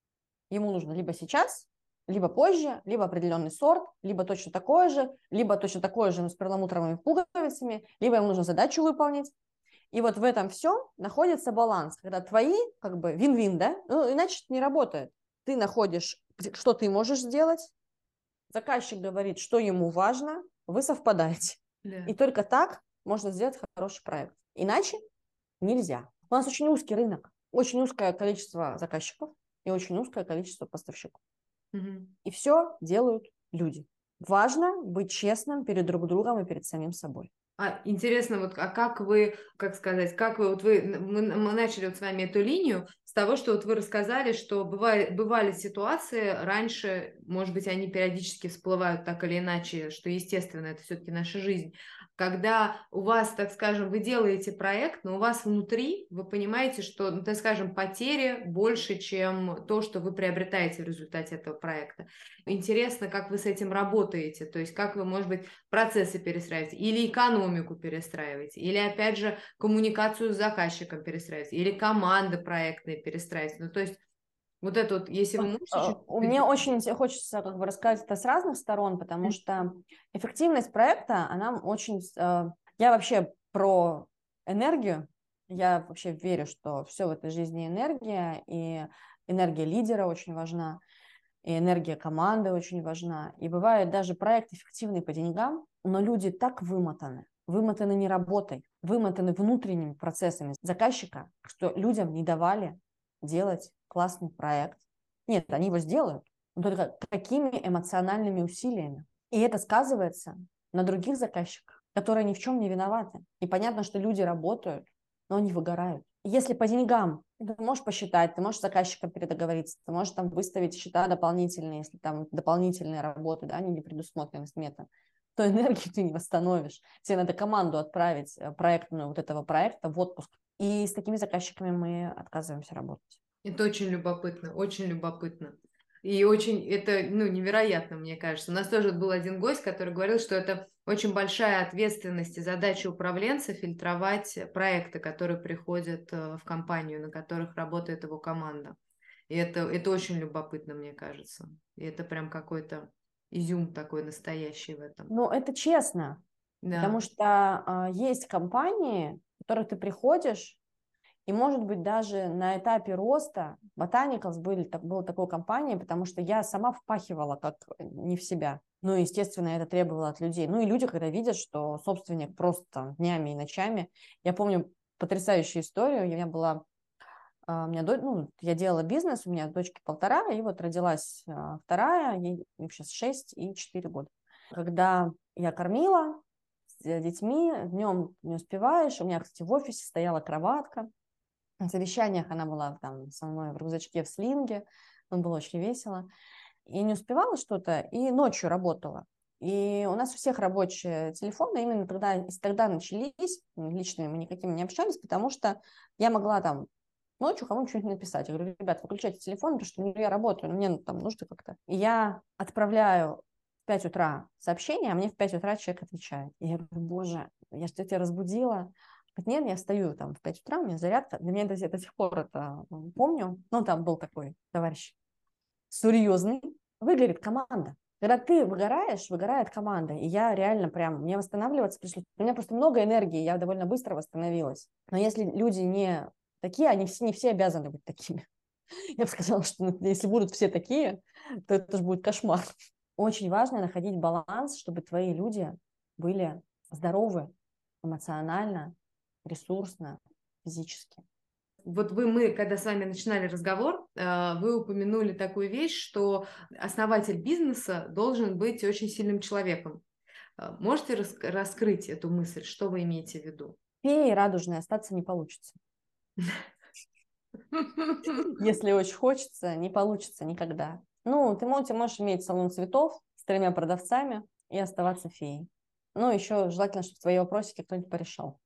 Ему нужно либо сейчас, либо позже, либо определенный сорт, либо точно такое же, но с перламутровыми пуговицами, либо ему нужно задачу выполнить. И вот в этом все находится баланс, когда твои, как бы, вин-вин, да, ну, иначе это не работает. Ты находишь, что ты можешь сделать, заказчик говорит, что ему важно, вы совпадаете.
Да.
И только так можно сделать хороший проект. Иначе нельзя. У нас очень узкий рынок, очень узкое количество заказчиков и очень узкое количество поставщиков.
Угу.
И все делают люди. Важно быть честным перед друг другом и перед самим собой.
А интересно, вот, а как вы, как сказать, как вы, вот вы, мы начали вот с вами эту линию с того, что вот вы рассказали, что бывали ситуации раньше, может быть, они периодически всплывают так или иначе, что, естественно, это все-таки наша жизнь, когда у вас, так скажем, вы делаете проект, но у вас внутри, вы понимаете, что, ну, так скажем, потери больше, чем то, что вы приобретаете в результате этого проекта. Интересно, как вы с этим работаете, то есть как вы, может быть, процессы перестраиваете, или экономику перестраиваете, или, опять же, коммуникацию с заказчиком перестраиваете, или команды проектные перестраиваете. Ну, то есть вот это вот, если вы можете чуть-чуть...
Мне очень хочется как бы рассказать это с разных сторон, потому что эффективность проекта, она очень... Я вообще про энергию, я вообще верю, что все в этой жизни энергия, и энергия лидера очень важна, и энергия команды очень важна. И бывает даже проект эффективный по деньгам, но люди так вымотаны не работой, вымотаны внутренними процессами заказчика, что людям не давали делать классный проект. Нет, они его сделают, но только какими эмоциональными усилиями. И это сказывается на других заказчиках, которые ни в чем не виноваты. И понятно, что люди работают, но они выгорают. Если по деньгам ты можешь посчитать, ты можешь с заказчиком передоговориться, ты можешь там выставить счета дополнительные, если там дополнительные работы, да, не предусмотрены сметы, то энергию ты не восстановишь. Тебе надо команду отправить проектную вот этого проекта в отпуск. И с такими заказчиками мы отказываемся работать.
Это очень любопытно, очень любопытно. И очень, это, ну, невероятно, мне кажется. У нас тоже был один гость, который говорил, что это очень большая ответственность и задача управленца фильтровать проекты, которые приходят в компанию, на которых работает его команда. И это очень любопытно, мне кажется. И это прям какой-то изюм такой настоящий в этом.
Но это честно. Потому
Да.
что есть компании, в которые ты приходишь, и, может быть, даже на этапе роста Botanicals была такой компания, потому что я сама впахивала как не в себя. Ну, естественно, это требовало от людей. Ну, и люди, когда видят, что собственник просто там днями и ночами. Я помню потрясающую историю. У меня была, я делала бизнес, у меня дочке 1,5, и вот родилась вторая, ей сейчас 6 и 4 года. Когда я кормила с детьми, днем не успеваешь. У меня, кстати, в офисе стояла кроватка. На совещаниях она была там со мной в рюкзачке, в слинге. Было очень весело. И не успевала что-то, и ночью работала. И у нас у всех рабочие телефоны именно тогда начались. Лично мы никакими не общались, потому что я могла там ночью кому-нибудь что-нибудь написать. Я говорю: ребят, выключайте телефон, потому что я работаю, мне там нужно как-то. И я отправляю в 5 утра сообщение, а мне в 5 утра человек отвечает. И я говорю: боже, я что, тебя разбудила? Нет, я встаю там в 5 утра, у меня зарядка. Для меня до сих пор это помню. Ну, там был такой товарищ серьезный. Выгорит команда. Когда ты выгораешь, выгорает команда. И я реально прям, мне восстанавливаться пришлось. У меня просто много энергии, я довольно быстро восстановилась. Но если люди не такие, они все, не все обязаны быть такими. Я бы сказала, что если будут все такие, то это же будет кошмар. Очень важно находить баланс, чтобы твои люди были здоровы эмоционально, ресурсно, физически.
Вот мы, когда с вами начинали разговор, вы упомянули такую вещь, что основатель бизнеса должен быть очень сильным человеком. Можете раскрыть эту мысль? Что вы имеете в виду?
Феей радужной остаться не получится. Если очень хочется, не получится никогда. Ну, ты можешь иметь салон цветов с 3 продавцами и оставаться феей. Ну, еще желательно, чтобы твои вопросики кто-нибудь порешал.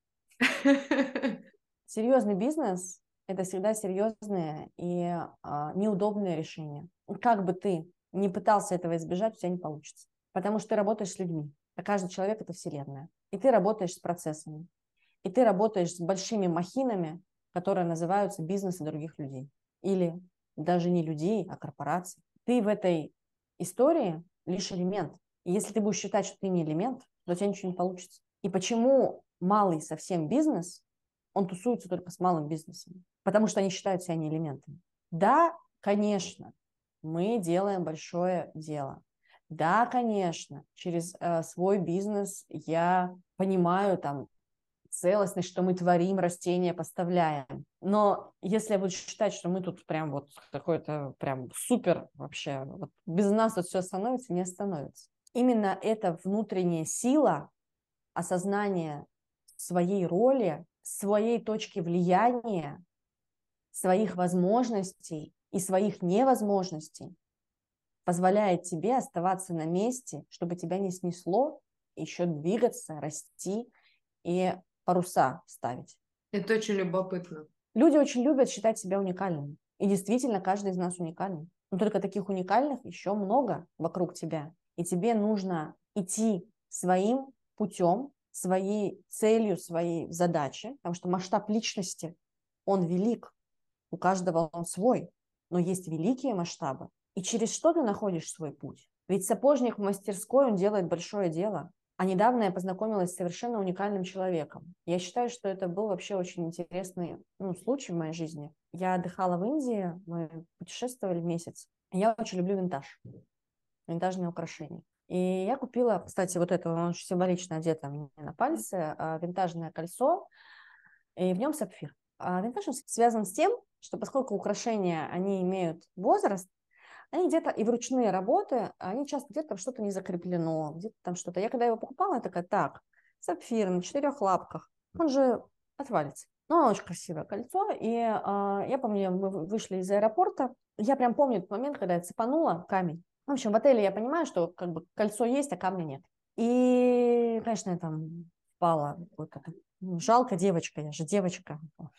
Серьезный бизнес – это всегда серьезные и неудобные решения. Как бы ты ни пытался этого избежать, у тебя не получится. Потому что ты работаешь с людьми. А каждый человек – это вселенная. И ты работаешь с процессами. И ты работаешь с большими махинами, которые называются бизнесы других людей. Или даже не людей, а корпораций. Ты в этой истории лишь элемент. И если ты будешь считать, что ты не элемент, то у тебя ничего не получится. И почему малый совсем бизнес, он тусуется только с малым бизнесом? Потому что они считают себя не элементами. Да, конечно, мы делаем большое дело. Да, конечно, через свой бизнес я понимаю там целостность, что мы творим, растения поставляем. Но если я буду считать, что мы тут прям вот какой-то прям супер вообще, вот без нас тут все остановится, не остановится. Именно эта внутренняя сила, осознание своей роли, своей точки влияния, своих возможностей и своих невозможностей позволяет тебе оставаться на месте, чтобы тебя не снесло, еще двигаться, расти и паруса ставить.
Это очень любопытно.
Люди очень любят считать себя уникальными. И действительно, каждый из нас уникален. Но только таких уникальных еще много вокруг тебя. И тебе нужно идти своим путем, своей целью, своей задачей, потому что масштаб личности, он велик. У каждого он свой. Но есть великие масштабы. И через что ты находишь свой путь? Ведь сапожник в мастерской, он делает большое дело. А недавно я познакомилась с совершенно уникальным человеком. Я считаю, что это был вообще очень интересный случай в моей жизни. Я отдыхала в Индии, мы путешествовали месяц. Я очень люблю винтаж, винтажные украшения. И я купила, кстати, вот это, он очень символично одето мне на пальце, винтажное кольцо, и в нем сапфир. Винтаж связан с тем, что поскольку украшения, они имеют возраст, они где-то и вручные работы, они часто где-то там что-то не закреплено, где-то там что-то. Я когда его покупала, я такая: так, сапфир на 4 лапках, он же отвалится. Но оно очень красивое кольцо, и я помню, мы вышли из аэропорта, я прям помню этот момент, когда я цепанула камень. В общем, в отеле я понимаю, что как бы кольцо есть, а камня нет. И, конечно, я там впала. Вот это. Жалко девочка, я же девочка.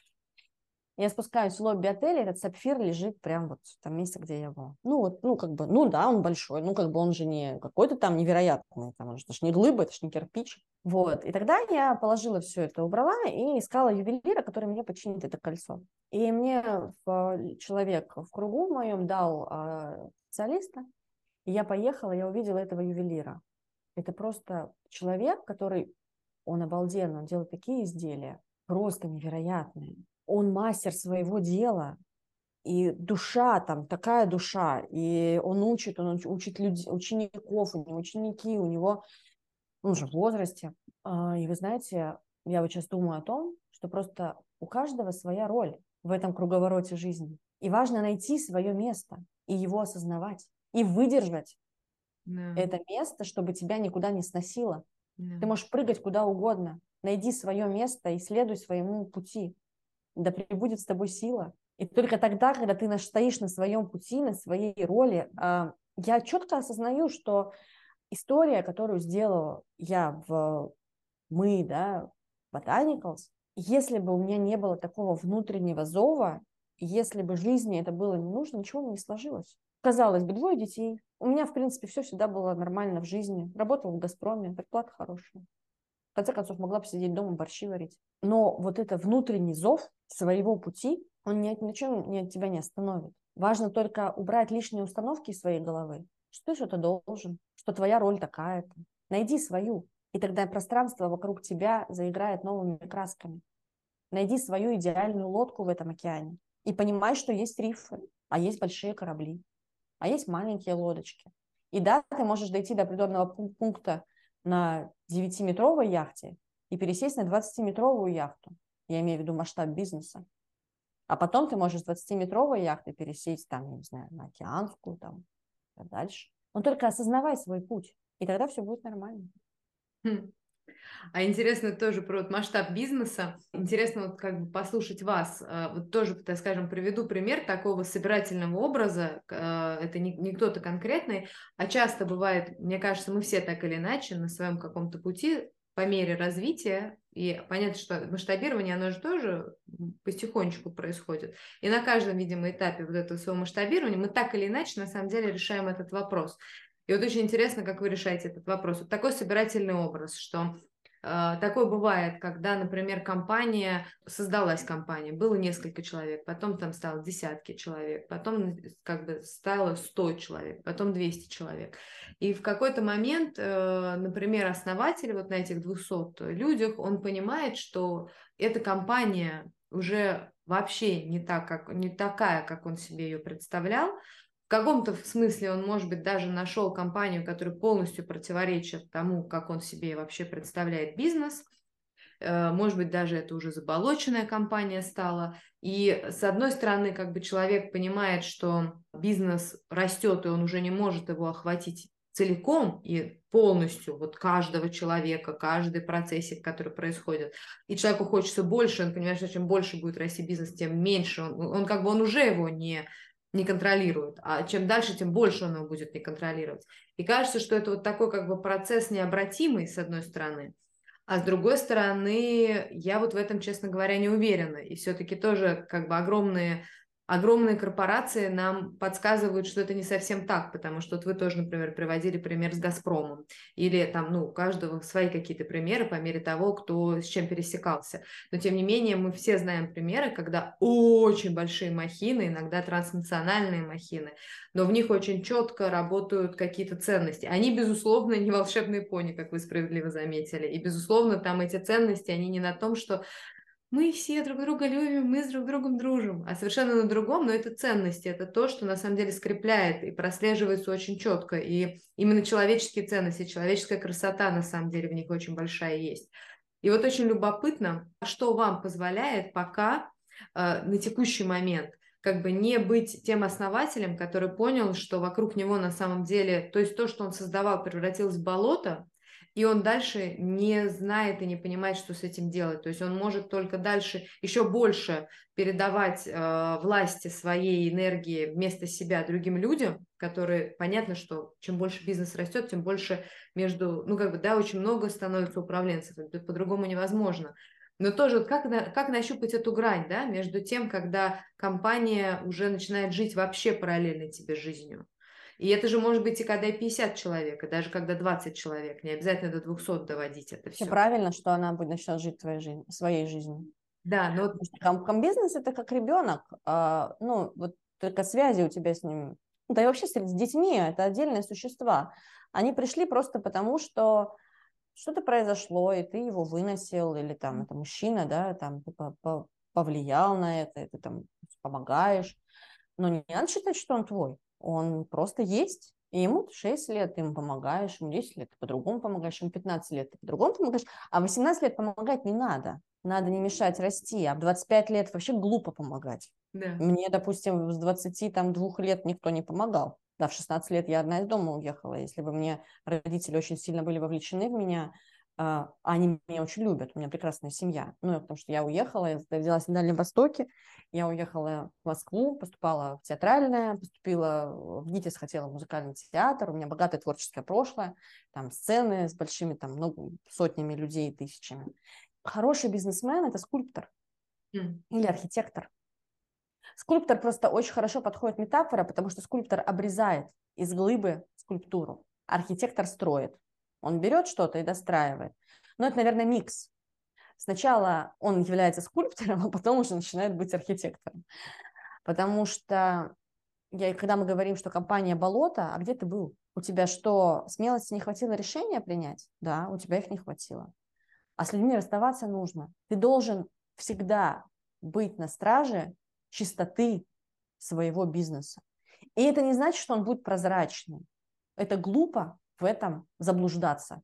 Я спускаюсь в лобби отеля, этот сапфир лежит прямо вот в том месте, где я была. Да, он большой, как бы он же не какой-то там невероятный, там, это же не глыба, это же не кирпич. Вот, и тогда я положила все это, убрала и искала ювелира, который мне починит это кольцо. И мне человек в кругу моем дал специалиста, и я поехала, я увидела этого ювелира. Это просто человек, который он обалденный, он делает такие изделия, просто невероятные. Он мастер своего дела, и душа там, такая душа, и он учит учеников, у него ученики, у него, он уже в возрасте. И вы знаете, я вот сейчас думаю о том, что просто у каждого своя роль в этом круговороте жизни. И важно найти свое место, и его осознавать, и выдержать это место, чтобы тебя никуда не сносило. Ты можешь прыгать куда угодно. Найди свое место и следуй своему пути. Да пребудет с тобой сила. И только тогда, когда ты стоишь на своем пути, на своей роли, я четко осознаю, что история, которую сделала я мы, да, Botanicals, если бы у меня не было такого внутреннего зова, если бы жизни это было не нужно, ничего бы не сложилось. Казалось бы, 2 детей. У меня, в принципе, все всегда было нормально в жизни. Работала в «Газпроме», зарплата хорошая. В конце концов, могла бы сидеть дома, борщи варить. Но вот это внутренний зов своего пути, он ни на чем тебя не остановит. Важно только убрать лишние установки из своей головы, что ты что-то должен, что твоя роль такая-то. Найди свою, и тогда пространство вокруг тебя заиграет новыми красками. Найди свою идеальную лодку в этом океане и понимай, что есть рифы, а есть большие корабли, а есть маленькие лодочки. И да, ты можешь дойти до определенного пункта на 9-метровой яхте и пересесть на 20-метровую яхту. Я имею в виду масштаб бизнеса. А потом ты можешь с 20-метровой яхты пересесть там, я не знаю, на океанскую там, и дальше. Но только осознавай свой путь, и тогда все будет нормально.
А интересно тоже про вот масштаб бизнеса. Интересно вот как бы послушать вас. Вот тоже, так скажем, приведу пример такого собирательного образа. Это не кто-то конкретный, а часто бывает, мне кажется, мы все так или иначе на своем каком-то пути по мере развития, и понятно, что масштабирование, оно же тоже потихонечку происходит. И на каждом, видимо, этапе вот этого своего масштабирования мы так или иначе на самом деле решаем этот вопрос. И вот очень интересно, как вы решаете этот вопрос. Вот такой собирательный образ, что такое бывает, когда, например, создалась компания, было несколько человек, потом там стало десятки человек, потом как бы стало 100 человек, потом 200 человек. И в какой-то момент, например, основатель вот на этих 200 людях, он понимает, что эта компания уже вообще не такая, как он себе ее представлял. В каком-то смысле он, может быть, даже нашел компанию, которая полностью противоречит тому, как он себе вообще представляет бизнес. Может быть, даже это уже заболоченная компания стала. И с одной стороны, как бы человек понимает, что бизнес растет, и он уже не может его охватить целиком и полностью вот каждого человека, каждый процессик, который происходит. И человеку хочется больше, он понимает, что чем больше будет расти бизнес, тем меньше. Он как бы он уже его не контролирует, а чем дальше, тем больше он его будет не контролировать. И кажется, что это вот такой как бы процесс необратимый, с одной стороны, а с другой стороны, я вот в этом, честно говоря, не уверена. И все-таки тоже как бы огромные корпорации нам подсказывают, что это не совсем так, потому что вот вы тоже, например, приводили пример с «Газпромом». Или там, у каждого свои какие-то примеры по мере того, кто с чем пересекался. Но, тем не менее, мы все знаем примеры, когда очень большие махины, иногда транснациональные махины, но в них очень четко работают какие-то ценности. Они, безусловно, не волшебные пони, как вы справедливо заметили. И, безусловно, там эти ценности, они не на том, что мы все друг друга любим, мы с друг другом дружим, а совершенно на другом, но это ценности, это то, что на самом деле скрепляет и прослеживается очень четко. И именно человеческие ценности, человеческая красота на самом деле в них очень большая есть. И вот очень любопытно, что вам позволяет пока на текущий момент как бы не быть тем основателем, который понял, что вокруг него на самом деле, то есть то, что он создавал, превратилось в болото, и он дальше не знает и не понимает, что с этим делать. То есть он может только дальше еще больше передавать власти своей энергии вместо себя другим людям, которые, понятно, что чем больше бизнес растет, тем больше очень много становится управленцев, это по-другому невозможно. Но тоже вот как нащупать эту грань, да, между тем, когда компания уже начинает жить вообще параллельно тебе жизнью. И это же может быть и когда и 50 человек, и даже когда 20 человек, не обязательно до 200 доводить это
Все
все.
правильно, что она будет начать жить своей жизнью.
Да, но
Комбизнес это как ребенок, вот только связи у тебя с ним, да и вообще с детьми, это отдельные существа. Они пришли просто потому, что что-то произошло, и ты его выносил, или там это мужчина, да, там ты повлиял на это, и ты там помогаешь. Но не надо считать, что он твой. Он просто есть, и ему 6 лет ты ему помогаешь, ему 10 лет ты по-другому помогаешь, ему 15 лет ты по-другому помогаешь, а 18 лет помогать не надо. Надо не мешать расти, а в 25 лет вообще глупо помогать.
Да.
Мне, допустим, с 22 лет никто не помогал. Да, в 16 лет я одна из дома уехала. Если бы мне родители очень сильно были вовлечены в меня, они меня очень любят, у меня прекрасная семья. Ну, потому что я уехала, я родилась на Дальнем Востоке, я уехала в Москву, поступала в театральное, поступила в ГИТИС, хотела в музыкальный театр, у меня богатое творческое прошлое, там сцены с большими, там, много, сотнями людей, тысячами. Хороший бизнесмен – это скульптор или архитектор. Скульптор просто очень хорошо подходит метафора, потому что скульптор обрезает из глыбы скульптуру, архитектор строит. Он берет что-то и достраивает. Но это, наверное, микс. Сначала он является скульптором, а потом уже начинает быть архитектором. Потому что, когда мы говорим, что компания «Болото», а где ты был? У тебя что, смелости не хватило решения принять? Да, у тебя их не хватило. А с людьми расставаться нужно. Ты должен всегда быть на страже чистоты своего бизнеса. И это не значит, что он будет прозрачным. Это глупо в этом заблуждаться.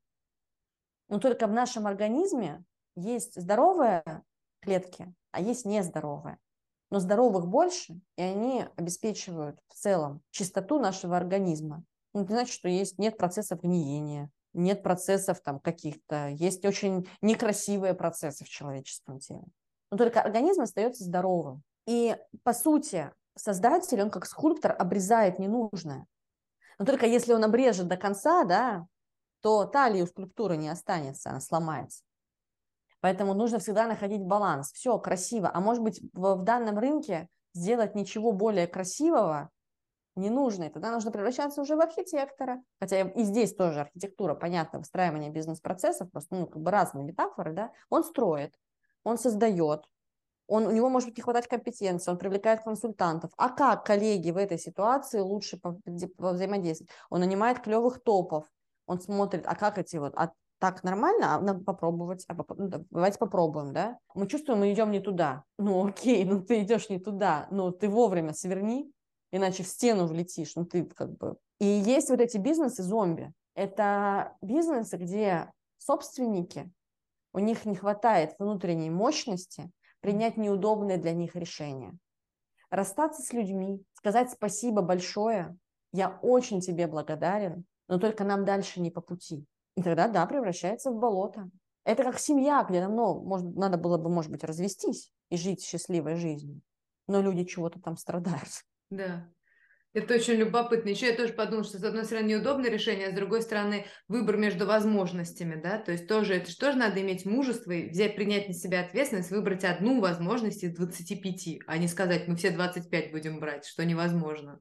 Но только в нашем организме есть здоровые клетки, а есть нездоровые. Но здоровых больше, и они обеспечивают в целом чистоту нашего организма. Ну, это значит, что нет процессов гниения, нет процессов там каких-то, есть очень некрасивые процессы в человеческом теле. Но только организм остается здоровым. И, по сути, создатель, он как скульптор обрезает ненужное. Но только если он обрежет до конца, да, то талии у скульптуры не останется, она сломается. Поэтому нужно всегда находить баланс. Все красиво. А может быть, в данном рынке сделать ничего более красивого не нужно. И тогда нужно превращаться уже в архитектора. Хотя и здесь тоже архитектура, понятно, выстраивание бизнес-процессов, просто как бы разные метафоры, да. Он строит, он создает, у него может быть не хватать компетенции, он привлекает консультантов. А как коллеги в этой ситуации лучше взаимодействовать? Он нанимает клевых топов, он смотрит, а как эти так нормально, надо попробовать, давайте попробуем, да? Мы чувствуем, мы идем не туда. Ну окей, ты идешь не туда, ты вовремя сверни, иначе в стену влетишь, ты как бы... И есть вот эти бизнесы-зомби. Это бизнесы, где собственники, у них не хватает внутренней мощности принять неудобные для них решения. Расстаться с людьми, сказать спасибо большое, я очень тебе благодарен, но только нам дальше не по пути. И тогда, да, превращается в болото. Это как семья, где давно надо было бы, может быть, развестись и жить счастливой жизнью. Но люди чего-то там страдают.
Да. Это очень любопытно. Еще я тоже подумала, что с одной стороны неудобное решение, а с другой стороны выбор между возможностями, да, то есть тоже это же тоже надо иметь мужество и принять на себя ответственность, выбрать одну возможность из 25, а не сказать, мы все 25 будем брать, что невозможно.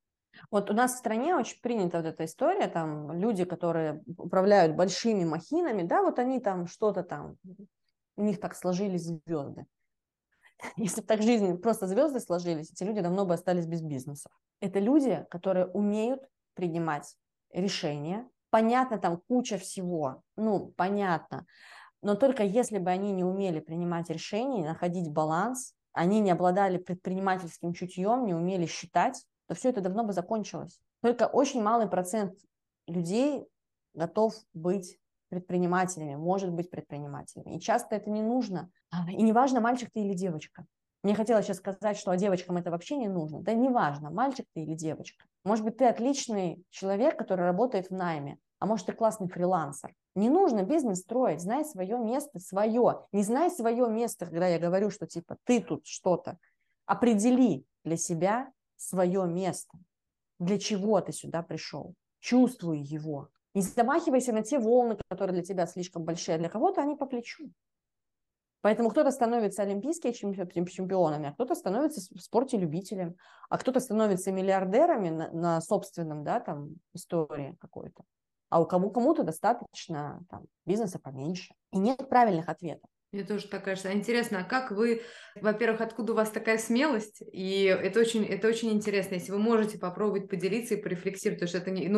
Вот у нас в стране очень принята вот эта история, там люди, которые управляют большими махинами, да, вот они там что-то там, у них так сложились звезды. Если бы так в жизни просто звезды сложились, эти люди давно бы остались без бизнеса. Это люди, которые умеют принимать решения. Понятно, там куча всего, понятно. Но только если бы они не умели принимать решения, находить баланс, они не обладали предпринимательским чутьем, не умели считать, то все это давно бы закончилось. Только очень малый процент людей готов быть предпринимателями, может быть предпринимателями. И часто это не нужно. И не важно, мальчик ты или девочка. Мне хотелось сейчас сказать, что девочкам это вообще не нужно. Да не важно, мальчик ты или девочка. Может быть, ты отличный человек, который работает в найме, а может, ты классный фрилансер. Не нужно бизнес строить, знай свое место, свое. Не знай свое место, когда я говорю, что типа ты тут что-то. Определи для себя свое место. Для чего ты сюда пришел? Чувствуй его. Не замахивайся на те волны, которые для тебя слишком большие, а для кого-то они по плечу. Поэтому кто-то становится олимпийскими чемпионами, а кто-то становится в спорте любителем, а кто-то становится миллиардерами на собственном, да, там, истории какой-то. А кому-то достаточно там, бизнеса поменьше. И нет правильных ответов.
Мне тоже так кажется. А интересно, а как вы, во-первых, откуда у вас такая смелость? И это очень интересно, если вы можете попробовать поделиться и порефлексировать, потому что это не,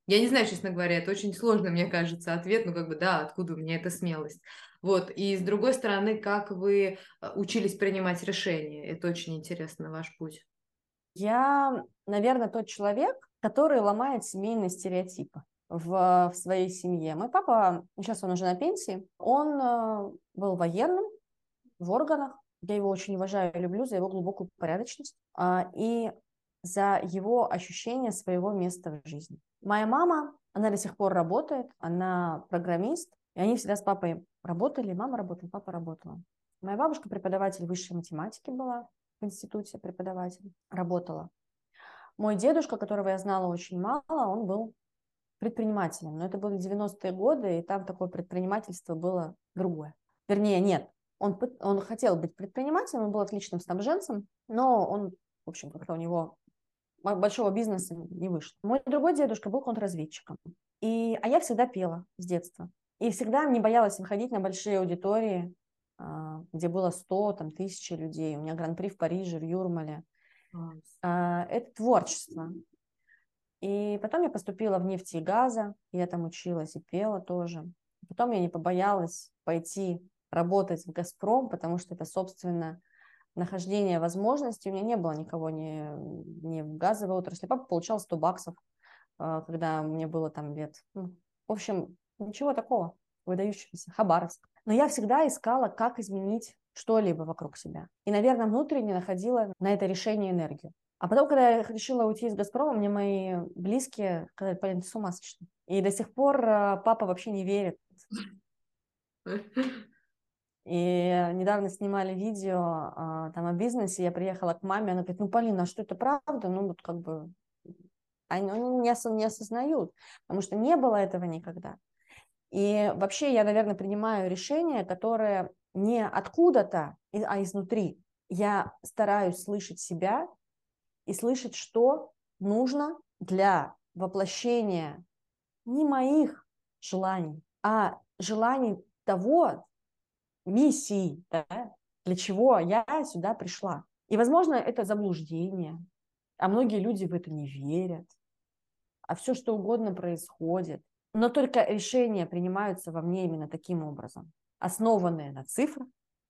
Я не знаю, честно говоря, это очень сложно, мне кажется, ответ, ну как бы да, откуда у меня эта смелость. Вот, и с другой стороны, как вы учились принимать решения, это очень интересно, ваш путь.
Я, наверное, тот человек, который ломает семейные стереотипы в своей семье. Мой папа, сейчас он уже на пенсии, он был военным в органах. Я его очень уважаю и люблю за его глубокую порядочность и за его ощущение своего места в жизни. Моя мама, она до сих пор работает, она программист, и они всегда с папой работали, мама работала, папа работала. Моя бабушка преподаватель высшей математики была в институте, преподаватель, работала. Мой дедушка, которого я знала очень мало, он был предпринимателем, но это были 90-е годы, и там такое предпринимательство было другое. Вернее, нет, он хотел быть предпринимателем, он был отличным снабженцем, но он, в общем, как-то у него большого бизнеса не вышло. Мой другой дедушка был контрразведчиком, а я всегда пела с детства. И всегда не боялась выходить на большие аудитории, где было 100, там, 1000 людей. У меня гран-при в Париже, в Юрмале. Это творчество. И потом я поступила в нефть и газа, я там училась и пела тоже. Потом я не побоялась пойти работать в «Газпром», потому что это, собственно, нахождение возможностей. У меня не было никого ни в газовой отрасли. Папа получал $100, когда мне было там лет. Ну, в общем, ничего такого выдающегося. Хабаровск. Но я всегда искала, как изменить что-либо вокруг себя. И, наверное, внутренне находила на это решение энергию. А потом, когда я решила уйти из «Газпрома», мне мои близкие сказали: Полин, ты с ума сошла. И до сих пор папа вообще не верит. И недавно снимали видео там о бизнесе, я приехала к маме, она говорит: ну, Полина, а что это правда? Ну, вот как бы они не осознают, потому что не было этого никогда. И вообще я, наверное, принимаю решения, которые не откуда-то, а изнутри. Я стараюсь слышать себя и слышать, что нужно для воплощения не моих желаний, а желаний того, миссии, да, для чего я сюда пришла. И, возможно, это заблуждение, а многие люди в это не верят, а все что угодно происходит. Но только решения принимаются во мне именно таким образом, основанные на цифрах,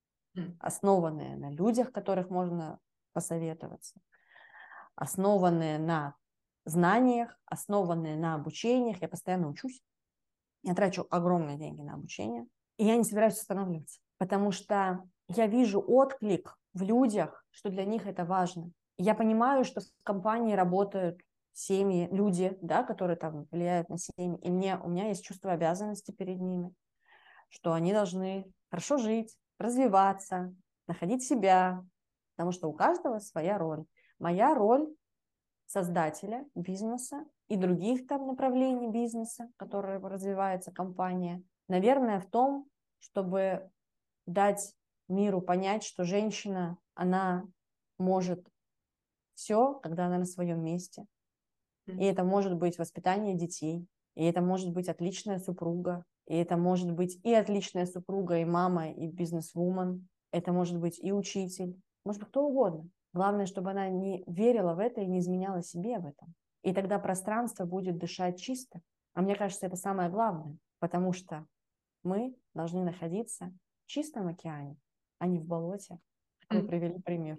основанные на людях, которых можно посоветоваться, основанные на знаниях, основанные на обучениях. Я постоянно учусь, я трачу огромные деньги на обучение, и я не собираюсь останавливаться, потому что я вижу отклик в людях, что для них это важно. Я понимаю, что в компании работают семьи, люди, да, которые там влияют на семьи, и у меня есть чувство обязанности перед ними, что они должны хорошо жить, развиваться, находить себя, потому что у каждого своя роль. Моя роль создателя бизнеса и других там направлений бизнеса, которые развивается компания, наверное, в том, чтобы дать миру понять, что женщина, она может все, когда она на своем месте. И это может быть воспитание детей, и это может быть отличная супруга, и это может быть и отличная супруга, и мама, и бизнес-вумен, это может быть и учитель, может быть кто угодно. Главное, чтобы она не верила в это и не изменяла себе в этом. И тогда пространство будет дышать чисто. А мне кажется, это самое главное, потому что мы должны находиться в чистом океане, а не в болоте, как вы привели пример.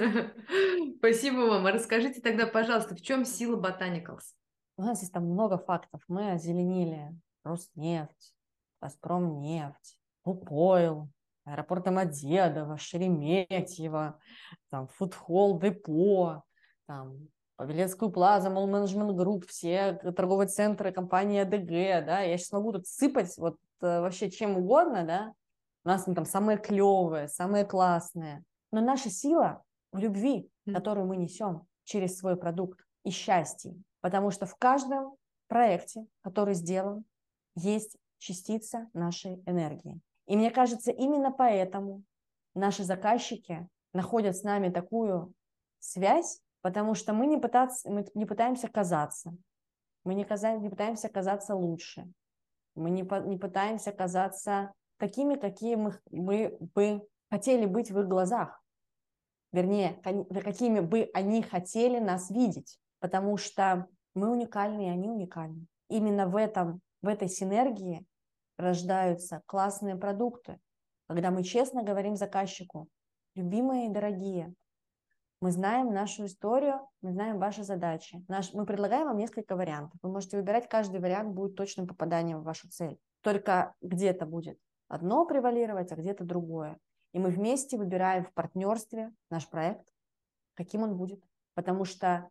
Спасибо вам. А расскажите тогда, пожалуйста, в чем сила Botanicals?
У нас есть там много фактов. Мы озеленили Роснефть, Газпромнефть, Лукойл, аэропорт Домодедово, Шереметьево, там Фудхолл, Депо, там Павелецкую плазу, Мол Менеджмент Групп, все торговые центры компании АДГ, да, я сейчас могу тут сыпать вот вообще чем угодно, да, у нас там самые клевые, самые классные, но наша сила в любви, которую мы несем через свой продукт, и счастье, потому что в каждом проекте, который сделан, есть частица нашей энергии. И мне кажется, именно поэтому наши заказчики находят с нами такую связь, потому что мы не пытаемся казаться, мы не пытаемся казаться лучше, мы не пытаемся казаться такими, какие мы бы хотели быть в их глазах. Вернее, какими бы они хотели нас видеть, потому что мы уникальны, и они уникальны. именно в этой синергии рождаются классные продукты, когда мы честно говорим заказчику: любимые и дорогие, мы знаем нашу историю, мы знаем ваши задачи. Мы предлагаем вам несколько вариантов. Вы можете выбирать, каждый вариант будет точным попаданием в вашу цель. Только где-то будет одно превалировать, а где-то другое. И мы вместе выбираем в партнерстве наш проект, каким он будет. Потому что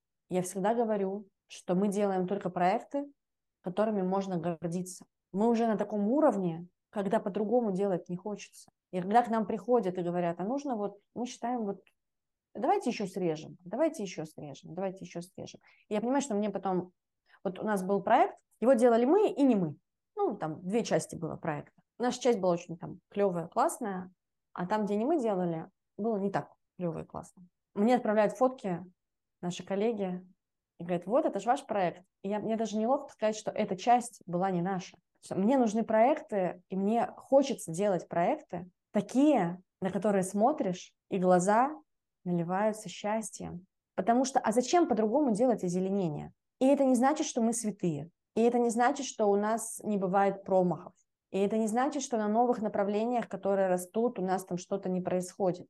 я всегда говорю, что мы делаем только проекты, которыми можно гордиться. Мы уже на таком уровне, когда по-другому делать не хочется. И когда к нам приходят и говорят: а нужно мы считаем давайте еще срежем, давайте еще срежем, давайте еще срежем. И я понимаю, что мне потом... У нас был проект, его делали мы и не мы. Там 2 части было проекта. Наша часть была очень клевая, классная, а там, где не мы делали, было не так клево и классно. Мне отправляют фотки наши коллеги и говорят: вот, это же ваш проект. И мне даже неловко сказать, что эта часть была не наша. Мне нужны проекты, и мне хочется делать проекты такие, на которые смотришь, и глаза наливаются счастьем. Потому что, а зачем по-другому делать озеленение? И это не значит, что мы святые. И это не значит, что у нас не бывает промахов. И это не значит, что на новых направлениях, которые растут, у нас там что-то не происходит.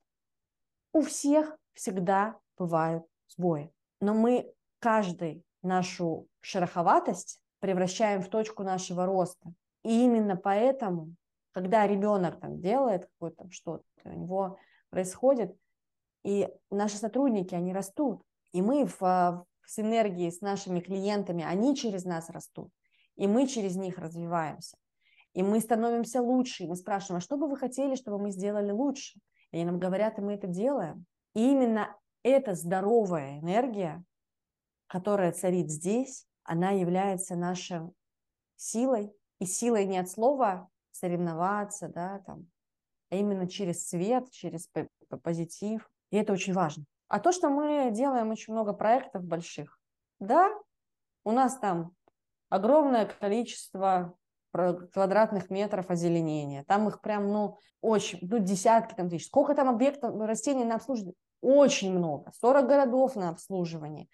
У всех всегда бывают сбои. Но мы каждый нашу шероховатость превращаем в точку нашего роста. И именно поэтому, когда ребенок делает какое-то что-то, у него происходит, и наши сотрудники, они растут, и мы в синергии с нашими клиентами, они через нас растут, и мы через них развиваемся, и мы становимся лучше, и мы спрашиваем: а что бы вы хотели, чтобы мы сделали лучше? И они нам говорят, и мы это делаем. И именно эта здоровая энергия, которая царит здесь, она является нашей силой, и силой не от слова соревноваться, а именно через свет, через позитив. И это очень важно. А то, что мы делаем очень много проектов больших, да, у нас там огромное количество квадратных метров озеленения. Там их прям, очень, десятки тысяч. Сколько там объектов, растений на обслуживание? Очень много. 40 городов на обслуживании.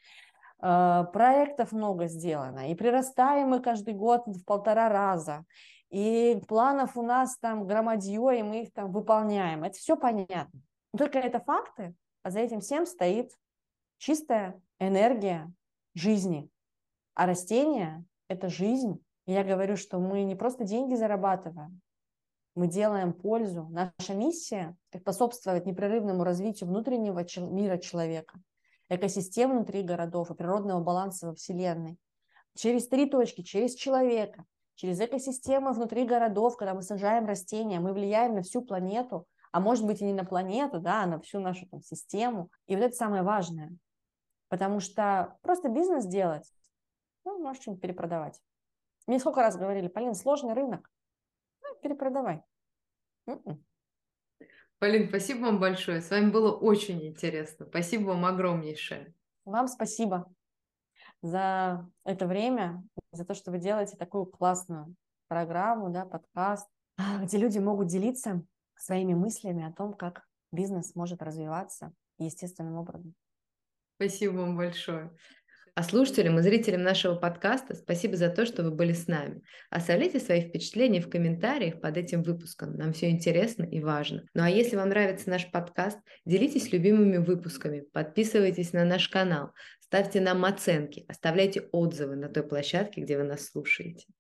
Проектов много сделано. И прирастаем мы каждый год в 1,5 раза. И планов у нас там громадье, и мы их выполняем. Это все понятно. Только это факты, а за этим всем стоит чистая энергия жизни. А растения – это жизнь. И я говорю, что мы не просто деньги зарабатываем, мы делаем пользу. Наша миссия – способствовать непрерывному развитию внутреннего мира человека, экосистем внутри городов и природного баланса во Вселенной. Через 3 точки, через человека, через экосистемы внутри городов, когда мы сажаем растения, мы влияем на всю планету, а может быть и не на планету, а на всю нашу систему. И это самое важное. Потому что просто бизнес делать, можешь что-нибудь перепродавать. Мне сколько раз говорили: Полин, сложный рынок, перепродавай.
Полин, спасибо вам большое. С вами было очень интересно. Спасибо вам огромнейшее.
Вам спасибо за это время, за то, что вы делаете такую классную программу, подкаст, где люди могут делиться своими мыслями о том, как бизнес может развиваться естественным образом.
Спасибо вам большое. А слушателям и зрителям нашего подкаста спасибо за то, что вы были с нами. Оставляйте свои впечатления в комментариях под этим выпуском. Нам все интересно и важно. Ну а если вам нравится наш подкаст, делитесь любимыми выпусками, подписывайтесь на наш канал, ставьте нам оценки, оставляйте отзывы на той площадке, где вы нас слушаете.